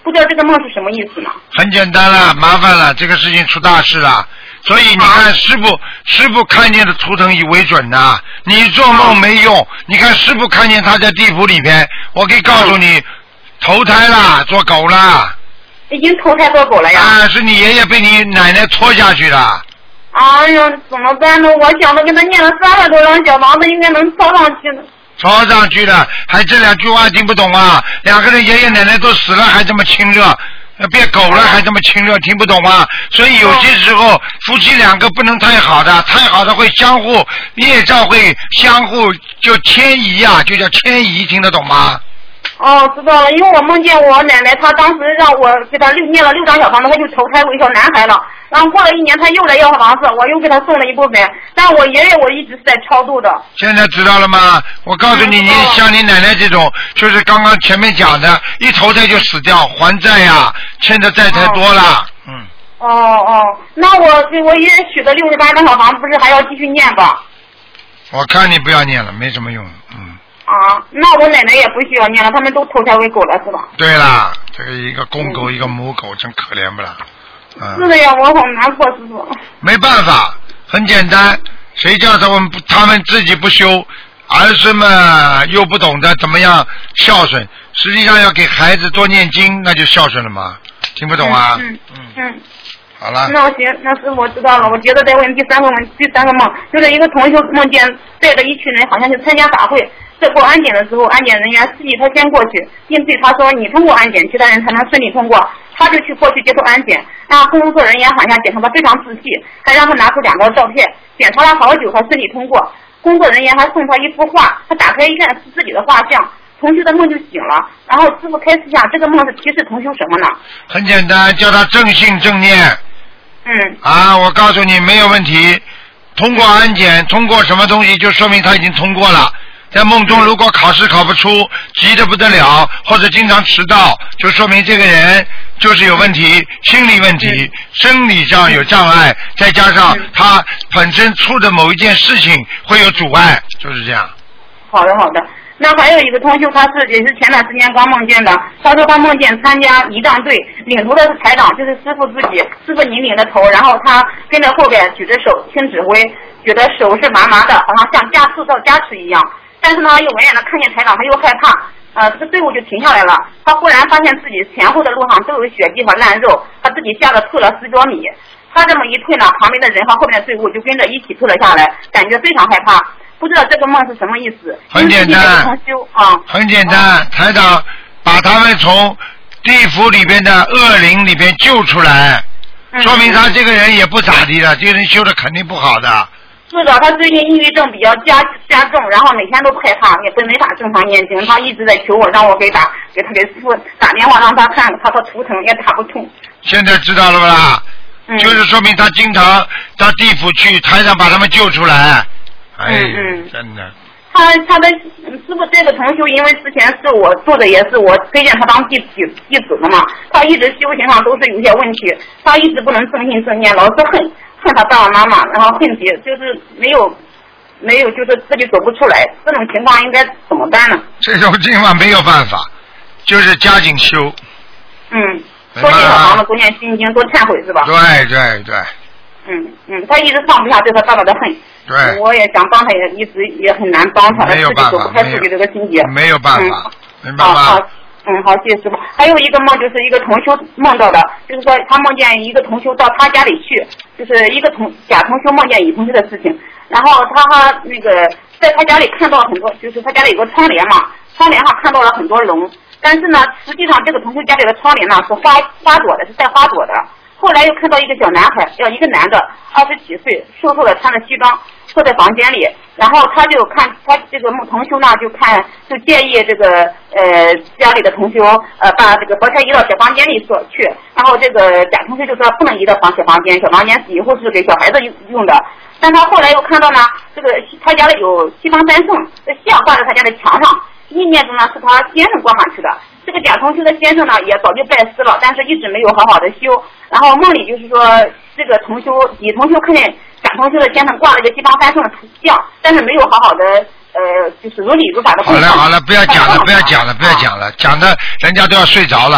N: 不知道这个梦是什么意思呢？
B: 很简单了，麻烦了，这个事情出大事了。所以你看，师傅、啊、师傅看见的图腾以为准的、啊，你做梦没用。啊、你看师傅看见他在地府里边，我可以告诉你，啊、投胎了，做狗了。
N: 已经投胎做狗了呀？
B: 啊，是你爷爷被你奶奶拖下去的。
N: 哎呀，怎么办呢？我想着给他念了三百多张小房子，应该能抄上去的。
B: 抄上去了，还这两句话听不懂啊？两个人爷爷奶奶都死了，还这么亲热。变狗了还这么亲热，听不懂吗？所以有些时候夫妻两个不能太好的，太好的会相互业障，会相互就迁移啊，就叫迁移，听得懂吗？
N: 哦，知道了，因为我梦见我奶奶，她当时让我给她六念了六张小房子，她就投胎为小男孩了。然后过了一年，她又来要房子，我又给她送了一部分。但我爷爷我一直是在超度的。
B: 现在知道了吗？我告诉你，你像你奶奶这种，就是刚刚前面讲的，一投胎就死掉，还债呀、啊，欠的债太多了。哦嗯。
N: 哦哦，那我给我爷爷许的六十八张小房子，不是还要继续念吧？
B: 我看你不要念了，没什么用。嗯。
N: 啊，那我奶奶也不需要念了，他们都投胎为狗了，是吧？
B: 对啦，这个一个公狗、嗯、一个母狗，真可怜不啦？嗯。
N: 是的呀，我好难过，师傅。
B: 没办法，很简单，谁叫他们他们自己不修，儿孙们又不懂得怎么样孝顺，实际上要给孩子多念经，那就孝顺了嘛。听不懂啊？
N: 嗯嗯嗯。
B: 好了。
N: 那我行，那师傅我知道了。我接着再问第三个问，第三个梦，就是一个同学梦见带着一群人，好像去参加法会。在过安检的时候，安检人员示意他先过去，并对他说：“你通过安检，其他人才能顺利通过。”他就去过去接受安检，然后工作人员好像检查的非常仔细，还让他拿出两张照片，检查了好久才顺利通过。工作人员还送他一幅画，他打开一看是自己的画像。同修的梦就醒了，然后师傅开始讲这个梦是提示同修什么呢？
B: 很简单，叫他正信正念。
N: 嗯。
B: 啊，我告诉你没有问题。通过安检，通过什么东西，就说明他已经通过了。在梦中，如果考试考不出，急得不得了，或者经常迟到，就说明这个人就是有问题，心理问题，生理上有障碍，再加上他本身出的某一件事情会有阻碍，就是这样。
N: 好的，好的。那还有一个同修，他是也是前段时间刚梦见的。他说他梦见参加仪仗队，领头的是台长，就是师傅自己，师傅您领的头，然后他跟着后边举着手听指挥，觉得手是麻麻的，好像像加受到加持一样。但是呢，又远远的看见台长，他又害怕，呃，这个队伍就停下来了。他忽然发现自己前后的路上都有血迹和烂肉，他自己吓得退了十多米。他这么一退呢，旁边的人和后面的队伍就跟着一起退了下来，感觉非常害怕。不知道这个梦是什么意思？
B: 很简单，
N: 啊，
B: 很简单，台长把他们从地府里边的恶灵里边救出来，
N: 嗯、
B: 说明他这个人也不咋地的，这个人修的肯定不好的。
N: 是的，他最近抑郁症比较加加重，然后每天都害怕，也没法正常念经。他一直在求我，让我给打给他给师傅打电话，让他看他的图腾，也打不通。
B: 现在知道了不啦？
N: 嗯、
B: 就是说明他经常到地府去，台上把他们救出来。哎，
N: 嗯嗯，
B: 真的。
N: 他他的师傅这个同修，因为之前是我做的，也是我推荐他当弟子弟子的嘛。他一直修行上都是有些问题，他一直不能正信正念，老是恨恨他爸爸妈妈，然后恨别，就是没有没有，就是自己走不出来。这种情况应该怎么办呢？
B: 这种情况没有办法，就是加紧修。
N: 嗯，多念小房子，多念心经，多忏悔是吧？
B: 对对对。
N: 嗯嗯，他一直放不下对他爸爸的恨。
B: 对。
N: 我也想帮他，也一直也很难帮他，
B: 没有办法，
N: 自己走不开自己这个心结。
B: 没有办法，
N: 嗯、
B: 明白吗？
N: 好，嗯，好，谢谢师傅。还有一个梦，就是一个同修梦到的，就是说他梦见一个同修到他家里去，就是一个同甲同修梦见乙同修的事情，然后他和那个在他家里看到了很多，就是他家里有个窗帘嘛，窗帘上看到了很多龙，但是呢，实际上这个同修家里的窗帘呢是花花朵的，是带花朵的。后来又看到一个小男孩，要一个男的，二十几岁，瘦瘦的，穿着西装，坐在房间里。然后他就看他这个同修呢，就看就建议这个呃家里的同修呃把这个佛台移到小房间里所去。然后这个甲同修就说不能移到房小房间，小房间是以后是给小孩子用的。但他后来又看到呢，这个他家里有西方三圣的像挂在他家的墙上，意念中呢是他先生挂上去的。这个甲同修的先生呢也早就拜师了，但是一直没有好好的修。然后梦里就是说，这个同修乙同修看见甲同修的先生挂了一个西方三圣的图像，但是没有好好的呃，就是如理如法的。
B: 好了好了，不要讲了，不要讲了，不要讲了，讲的人家都要睡着了。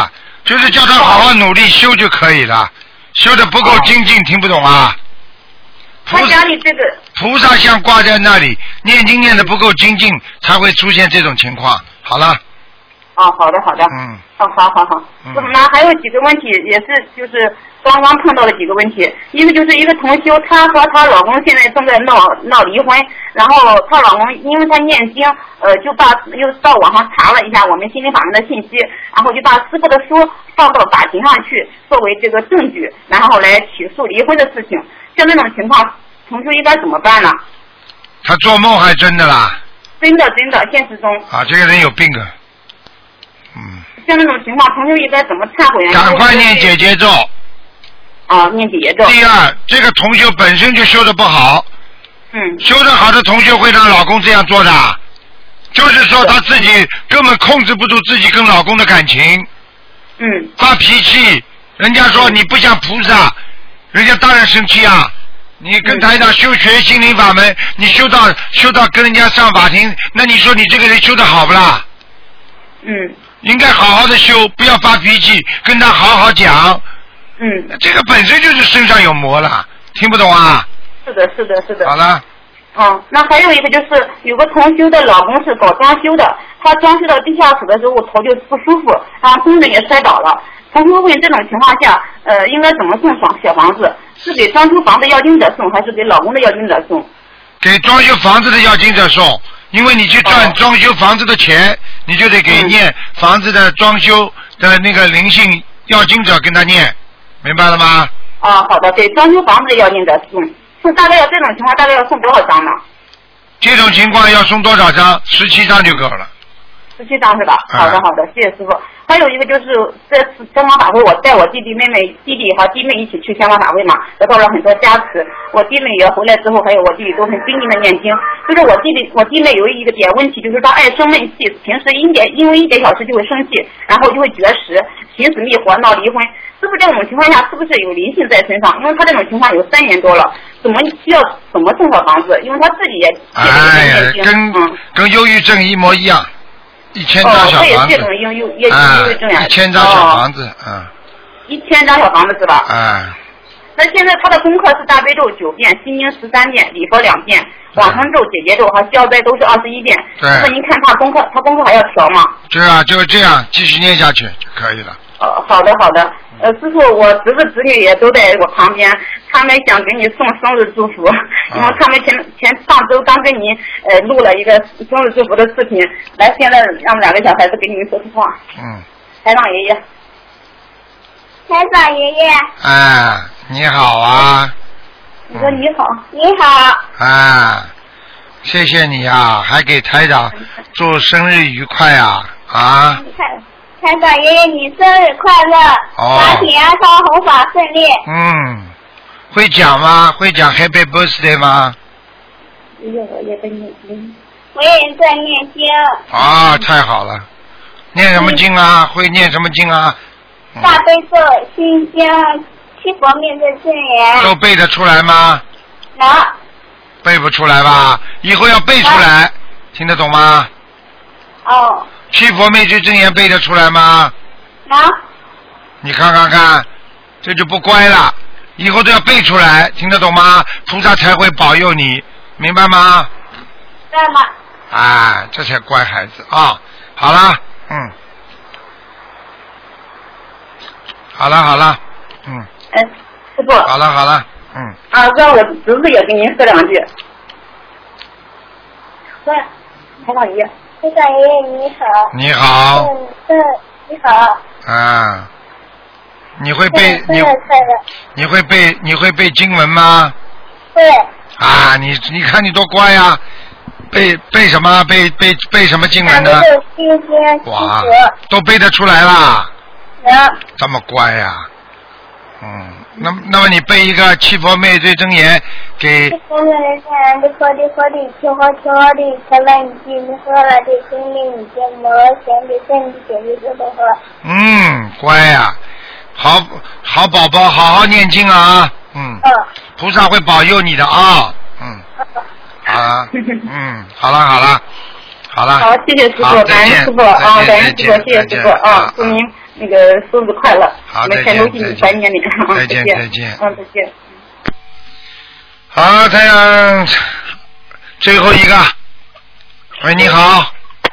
B: 就是叫他好好努力修就可以了，修的不够精进，听不懂啊？
N: 他家里这个
B: 菩萨像挂在那里，念经念的不够精进，才会出现这种情况。好了。
N: 哦，好的好的。
B: 嗯。
N: 哦，好好好。
B: 嗯。
N: 那还有几个问题，也是就是刚刚碰到了几个问题。一个就是一个同修，她和她老公现在正在闹闹离婚，然后她老公因为她念经，呃，就把又到网上查了一下我们心灵法门的信息，然后就把师傅的书放到法庭上去，作为这个证据，然后来起诉离婚的事情。像这种情况，同修应该怎么办呢？
B: 他做梦还真的啦？
N: 真的真的，现实中。
B: 啊，这个人有病啊！嗯。
N: 像这种情况，同修应该怎么忏悔？
B: 赶快念姐姐咒。
N: 啊，念姐姐咒。
B: 第二，这个同修本身就修得不好。
N: 嗯。
B: 修得好的同修会让老公这样做的，就是说他自己根本控制不住自己跟老公的感情。
N: 嗯。
B: 发脾气，人家说你不像菩萨。人家当然生气啊！你跟台长修学心灵法门，你修到修到跟人家上法庭，那你说你这个人修得好不啦？
N: 嗯。
B: 应该好好的修，不要发脾气，跟他好好讲。
N: 嗯。
B: 这个本身就是身上有魔了，听不懂啊？
N: 是的，是的，是的。
B: 好了。
N: 哦，那还有一个就是有个同修的老公是搞装修的，他装修到地下室的时候头就不舒服，然后工人也摔倒了。同修问这种情况下，呃，应该怎么送房小房子？是给装修房的要经者送，还是给老公的要经者送？
B: 给装修房子的要经者送，因为你去赚装修房子的钱，哦、你就得给念房子的装修的那个灵性要经者跟他念，明白了吗？
N: 啊，好的，给装修房子的要经者送，送大概要这种情况大概要送多少张呢？
B: 这种情况要送多少张？十七张就够了。
N: 十七张是吧？好的好的，谢谢师傅。还有一个就是这次香港法会，我带我弟弟妹妹、弟弟和弟妹一起去香港法会嘛，得到了很多加持。我弟妹也回来之后，还有我弟弟都很拼命的念经。就是我弟弟、我弟妹有一个点问题，就是他爱生闷气，平时一点因为一点小事就会生气，然后就会绝食、寻死觅活、闹离婚。师傅这种情况下是不是有灵性在身上？因为他这种情况有三年多了，怎么需要怎么送小房子？因为他自己也
B: 哎呀，跟、嗯、跟忧郁症一模一样。一千张小房子，啊，一千张小房子，嗯，
N: 一千张小房子是吧？
B: 啊。
N: 那现在他的功课是大悲咒九遍，心经十三遍，礼佛两遍，往生咒、姐姐咒和消灾都是二十一遍。
B: 对。
N: 那您看他功课，他功课还要调吗？
B: 对啊，就这样继续念下去就可以了。
N: 哦，好的好的。呃，师傅，我侄子侄女也都在我旁边，他们想给你送生日祝福，因为他们前前上周刚跟你呃录了一个生日祝福的视频，来，现在让两个小孩子给你们说说话。
B: 嗯。
N: 台长爷爷。
C: 台长爷爷。
B: 哎，你好啊。
N: 你说你好。
C: 你好。
B: 啊，谢谢你啊，还给台长祝生日愉快啊啊。
C: 台长爷爷，你生日快乐！
B: 哦，
C: 法体安康，弘法顺利。
B: 嗯，会讲吗？会讲 Happy Birthday 吗？
C: 我也在念经。我也在念经。
B: 啊，太好了！念什么经啊？会念什么经啊？
C: 嗯、大悲咒、心经、七佛灭罪真言。
B: 都背得出来吗？
C: 能。
B: 背不出来吧？以后要背出来，啊、听得懂吗？
C: 哦。
B: 七佛灭罪真言背得出来吗？
C: 能。
B: 你看看看，这就不乖了。以后都要背出来，听得懂吗？菩萨才会保佑你，明白吗？
C: 明白吗？
B: 啊，这才乖孩子啊！好了，嗯，好了好了，嗯。
N: 哎，师傅。
B: 好了好了，嗯。
N: 啊，让我侄子也跟您说两句。说，台长爷爷。
C: 台长爷爷你好。
B: 你好。
C: 嗯嗯，你好。
B: 啊，你会背你
C: 快
B: 你会背你会背经文吗？
C: 会。
B: 啊，你你看你多乖呀、啊！背背什么？背背背什么经文呢？哇，都背得出来啦！
C: 能。
B: 这么乖呀、啊！嗯，那那么你背一个七佛灭罪真言给。七佛灭罪真言的佛的佛的，七佛七佛的，才来你记你喝了的，心里你见魔贤的身体解决都喝。嗯，乖呀、啊，好好宝宝，好好念经啊！嗯。嗯。菩萨会保佑你的啊！嗯。好了，嗯，好了好了，好了。
N: 好，谢谢师傅，感恩师傅啊，感恩师傅，谢谢师傅啊，祝您那个生日快乐，
B: 好，
N: 我们全都敬你拜年里。
B: 再见再见。
N: 嗯，再见。
B: 好，太阳，最后一个。喂，你好。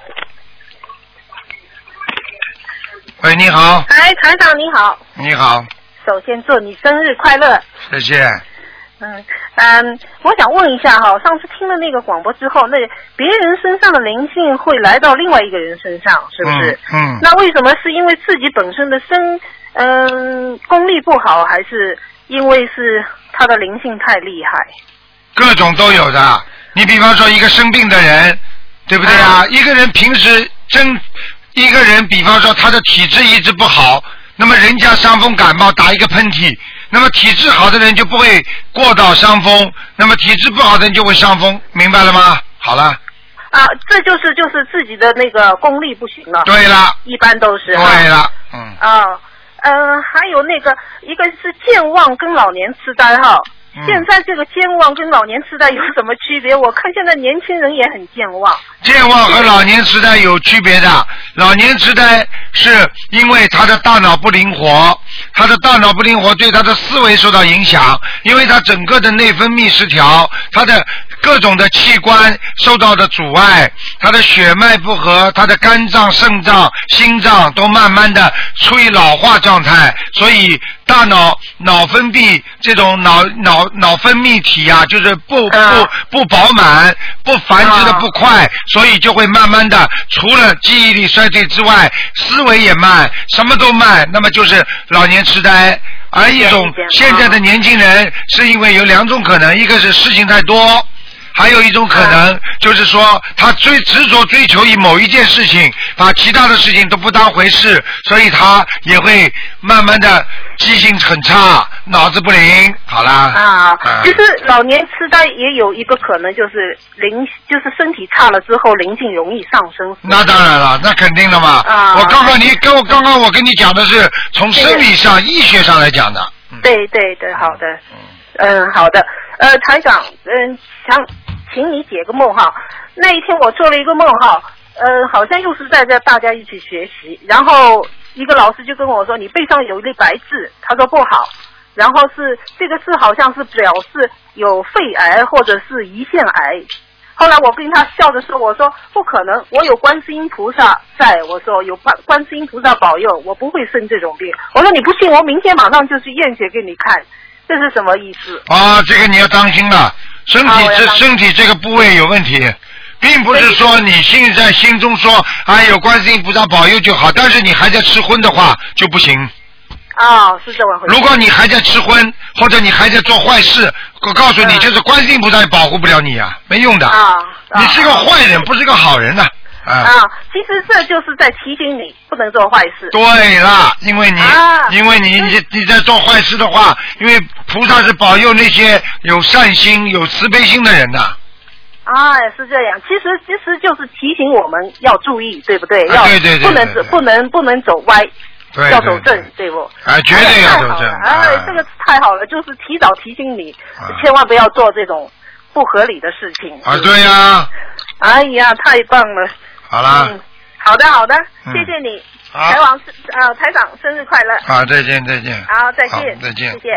B: 喂，你好。
O: 哎，台长你好。
B: 你好。
O: 首先祝你生日快乐。
B: 谢谢。
O: 嗯嗯，我想问一下哈，上次听了那个广播之后，那别人身上的灵性会来到另外一个人身上，是不是？
B: 嗯。嗯
O: 那为什么是因为自己本身的身嗯功力不好，还是因为是他的灵性太厉害？
B: 各种都有的。你比方说一个生病的人，对不对啊？啊一个人平时真，一个人比方说他的体质一直不好，那么人家伤风感冒打一个喷嚏。那么体质好的人就不会过到伤风，那么体质不好的人就会伤风，明白了吗？好了。
O: 啊，这就是就是自己的那个功力不行了。
B: 对了。
O: 一般都是。
B: 对了，嗯。
O: 啊，呃，还有那个一个是健忘跟老年痴呆哈。
B: 嗯、
O: 现在这个健忘跟老年痴呆有什么区别？我看现在年轻人也很健忘。
B: 健忘和老年痴呆有区别的。老年痴呆是因为他的大脑不灵活，他的大脑不灵活对他的思维受到影响，因为他整个的内分泌失调，他的各种的器官受到的阻碍，他的血脉不和，他的肝脏、肾脏、心脏都慢慢的处于老化状态，所以大脑脑分泌这种脑脑脑分泌体啊，就是不不不饱满，不繁殖的不快，所以就会慢慢的除了记忆力衰退之外，思维也慢，什么都慢，那么就是老年痴呆。而一种现在的年轻人是因为有两种可能，一个是事情太多，还有一种可能就是说他追执着追求于某一件事情，把其他的事情都不当回事，所以他也会慢慢的记性很差，脑子不灵。好啦。
O: 啊，其实老年痴呆也有一个可能，就是灵，就是身体差了之后灵性容易上升。
B: 那当然了，那肯定的嘛。啊。我刚刚你跟我刚刚我跟你讲的是从生理上、医学上来讲的。
O: 对对对，好的。嗯，好的。呃，台长，嗯，想请你解个梦哈。那一天我做了一个梦哈，呃，好像又是在这大家一起学习，然后一个老师就跟我说，你背上有一粒白痣，他说不好，然后是这个是好像是表示有肺癌或者是胰腺癌。后来我跟他笑着说，我说不可能，我有观世音菩萨在，我说有观世音菩萨保佑，我不会生这种病。我说你不信，我明天马上就去验血给你看。这是什么意思？
B: 啊，这个你要当心了，身体这、啊、身体这个部位有问题，并不是说你心在心中说哎有观世音菩萨保佑就好，但是你还在吃荤的话就不行。
O: 哦，是这么回事。
B: 如果你还在吃荤，或者你还在做坏事，我告诉你，嗯、就是观世音菩萨也保护不了你啊，没用的。啊，你是个坏人，啊、不是个好人呐、啊。啊,
O: 啊，其实这就是在提醒你不能做坏事。
B: 对啦，因为你，啊、因为你你你在做坏事的话，因为菩萨是保佑那些有善心、有慈悲心的人的。
O: 啊，是这样。其实其实就是提醒我们要注意，对不对？
B: 啊、
O: 要
B: 对对对对
O: 不能不能不能走歪。
B: 对对对
O: 要走正，对不？
B: 啊，绝对要走正。
O: 哎，哎这个太好了，就是提早提醒你，啊、千万不要做这种不合理的事情。
B: 啊，对呀、啊。
O: 哎呀，太棒了。
B: 好啦。
O: 嗯，好的好的，
B: 嗯、
O: 谢谢你，
B: 好
O: 台王呃台长生日快乐。
B: 好，再见再见。
O: 好，再见
B: 再见，
O: 谢谢。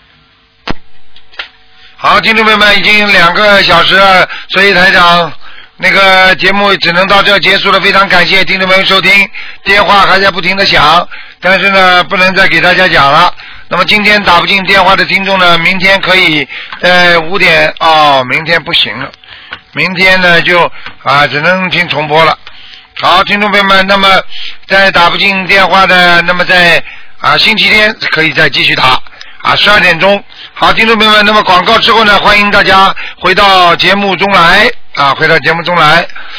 B: 好，听众朋友们，已经两个小时了，所以台长。那个节目只能到这结束了，非常感谢听众朋友收听，电话还在不停的响，但是呢不能再给大家讲了。那么今天打不进电话的听众呢，明天可以呃五点哦，明天不行了，明天呢就啊只能听重播了。好，听众朋友们，那么在打不进电话的，那么在啊星期天可以再继续打啊十二点钟。好，听众朋友们，那么广告之后呢，欢迎大家回到节目中来啊，回到节目中来。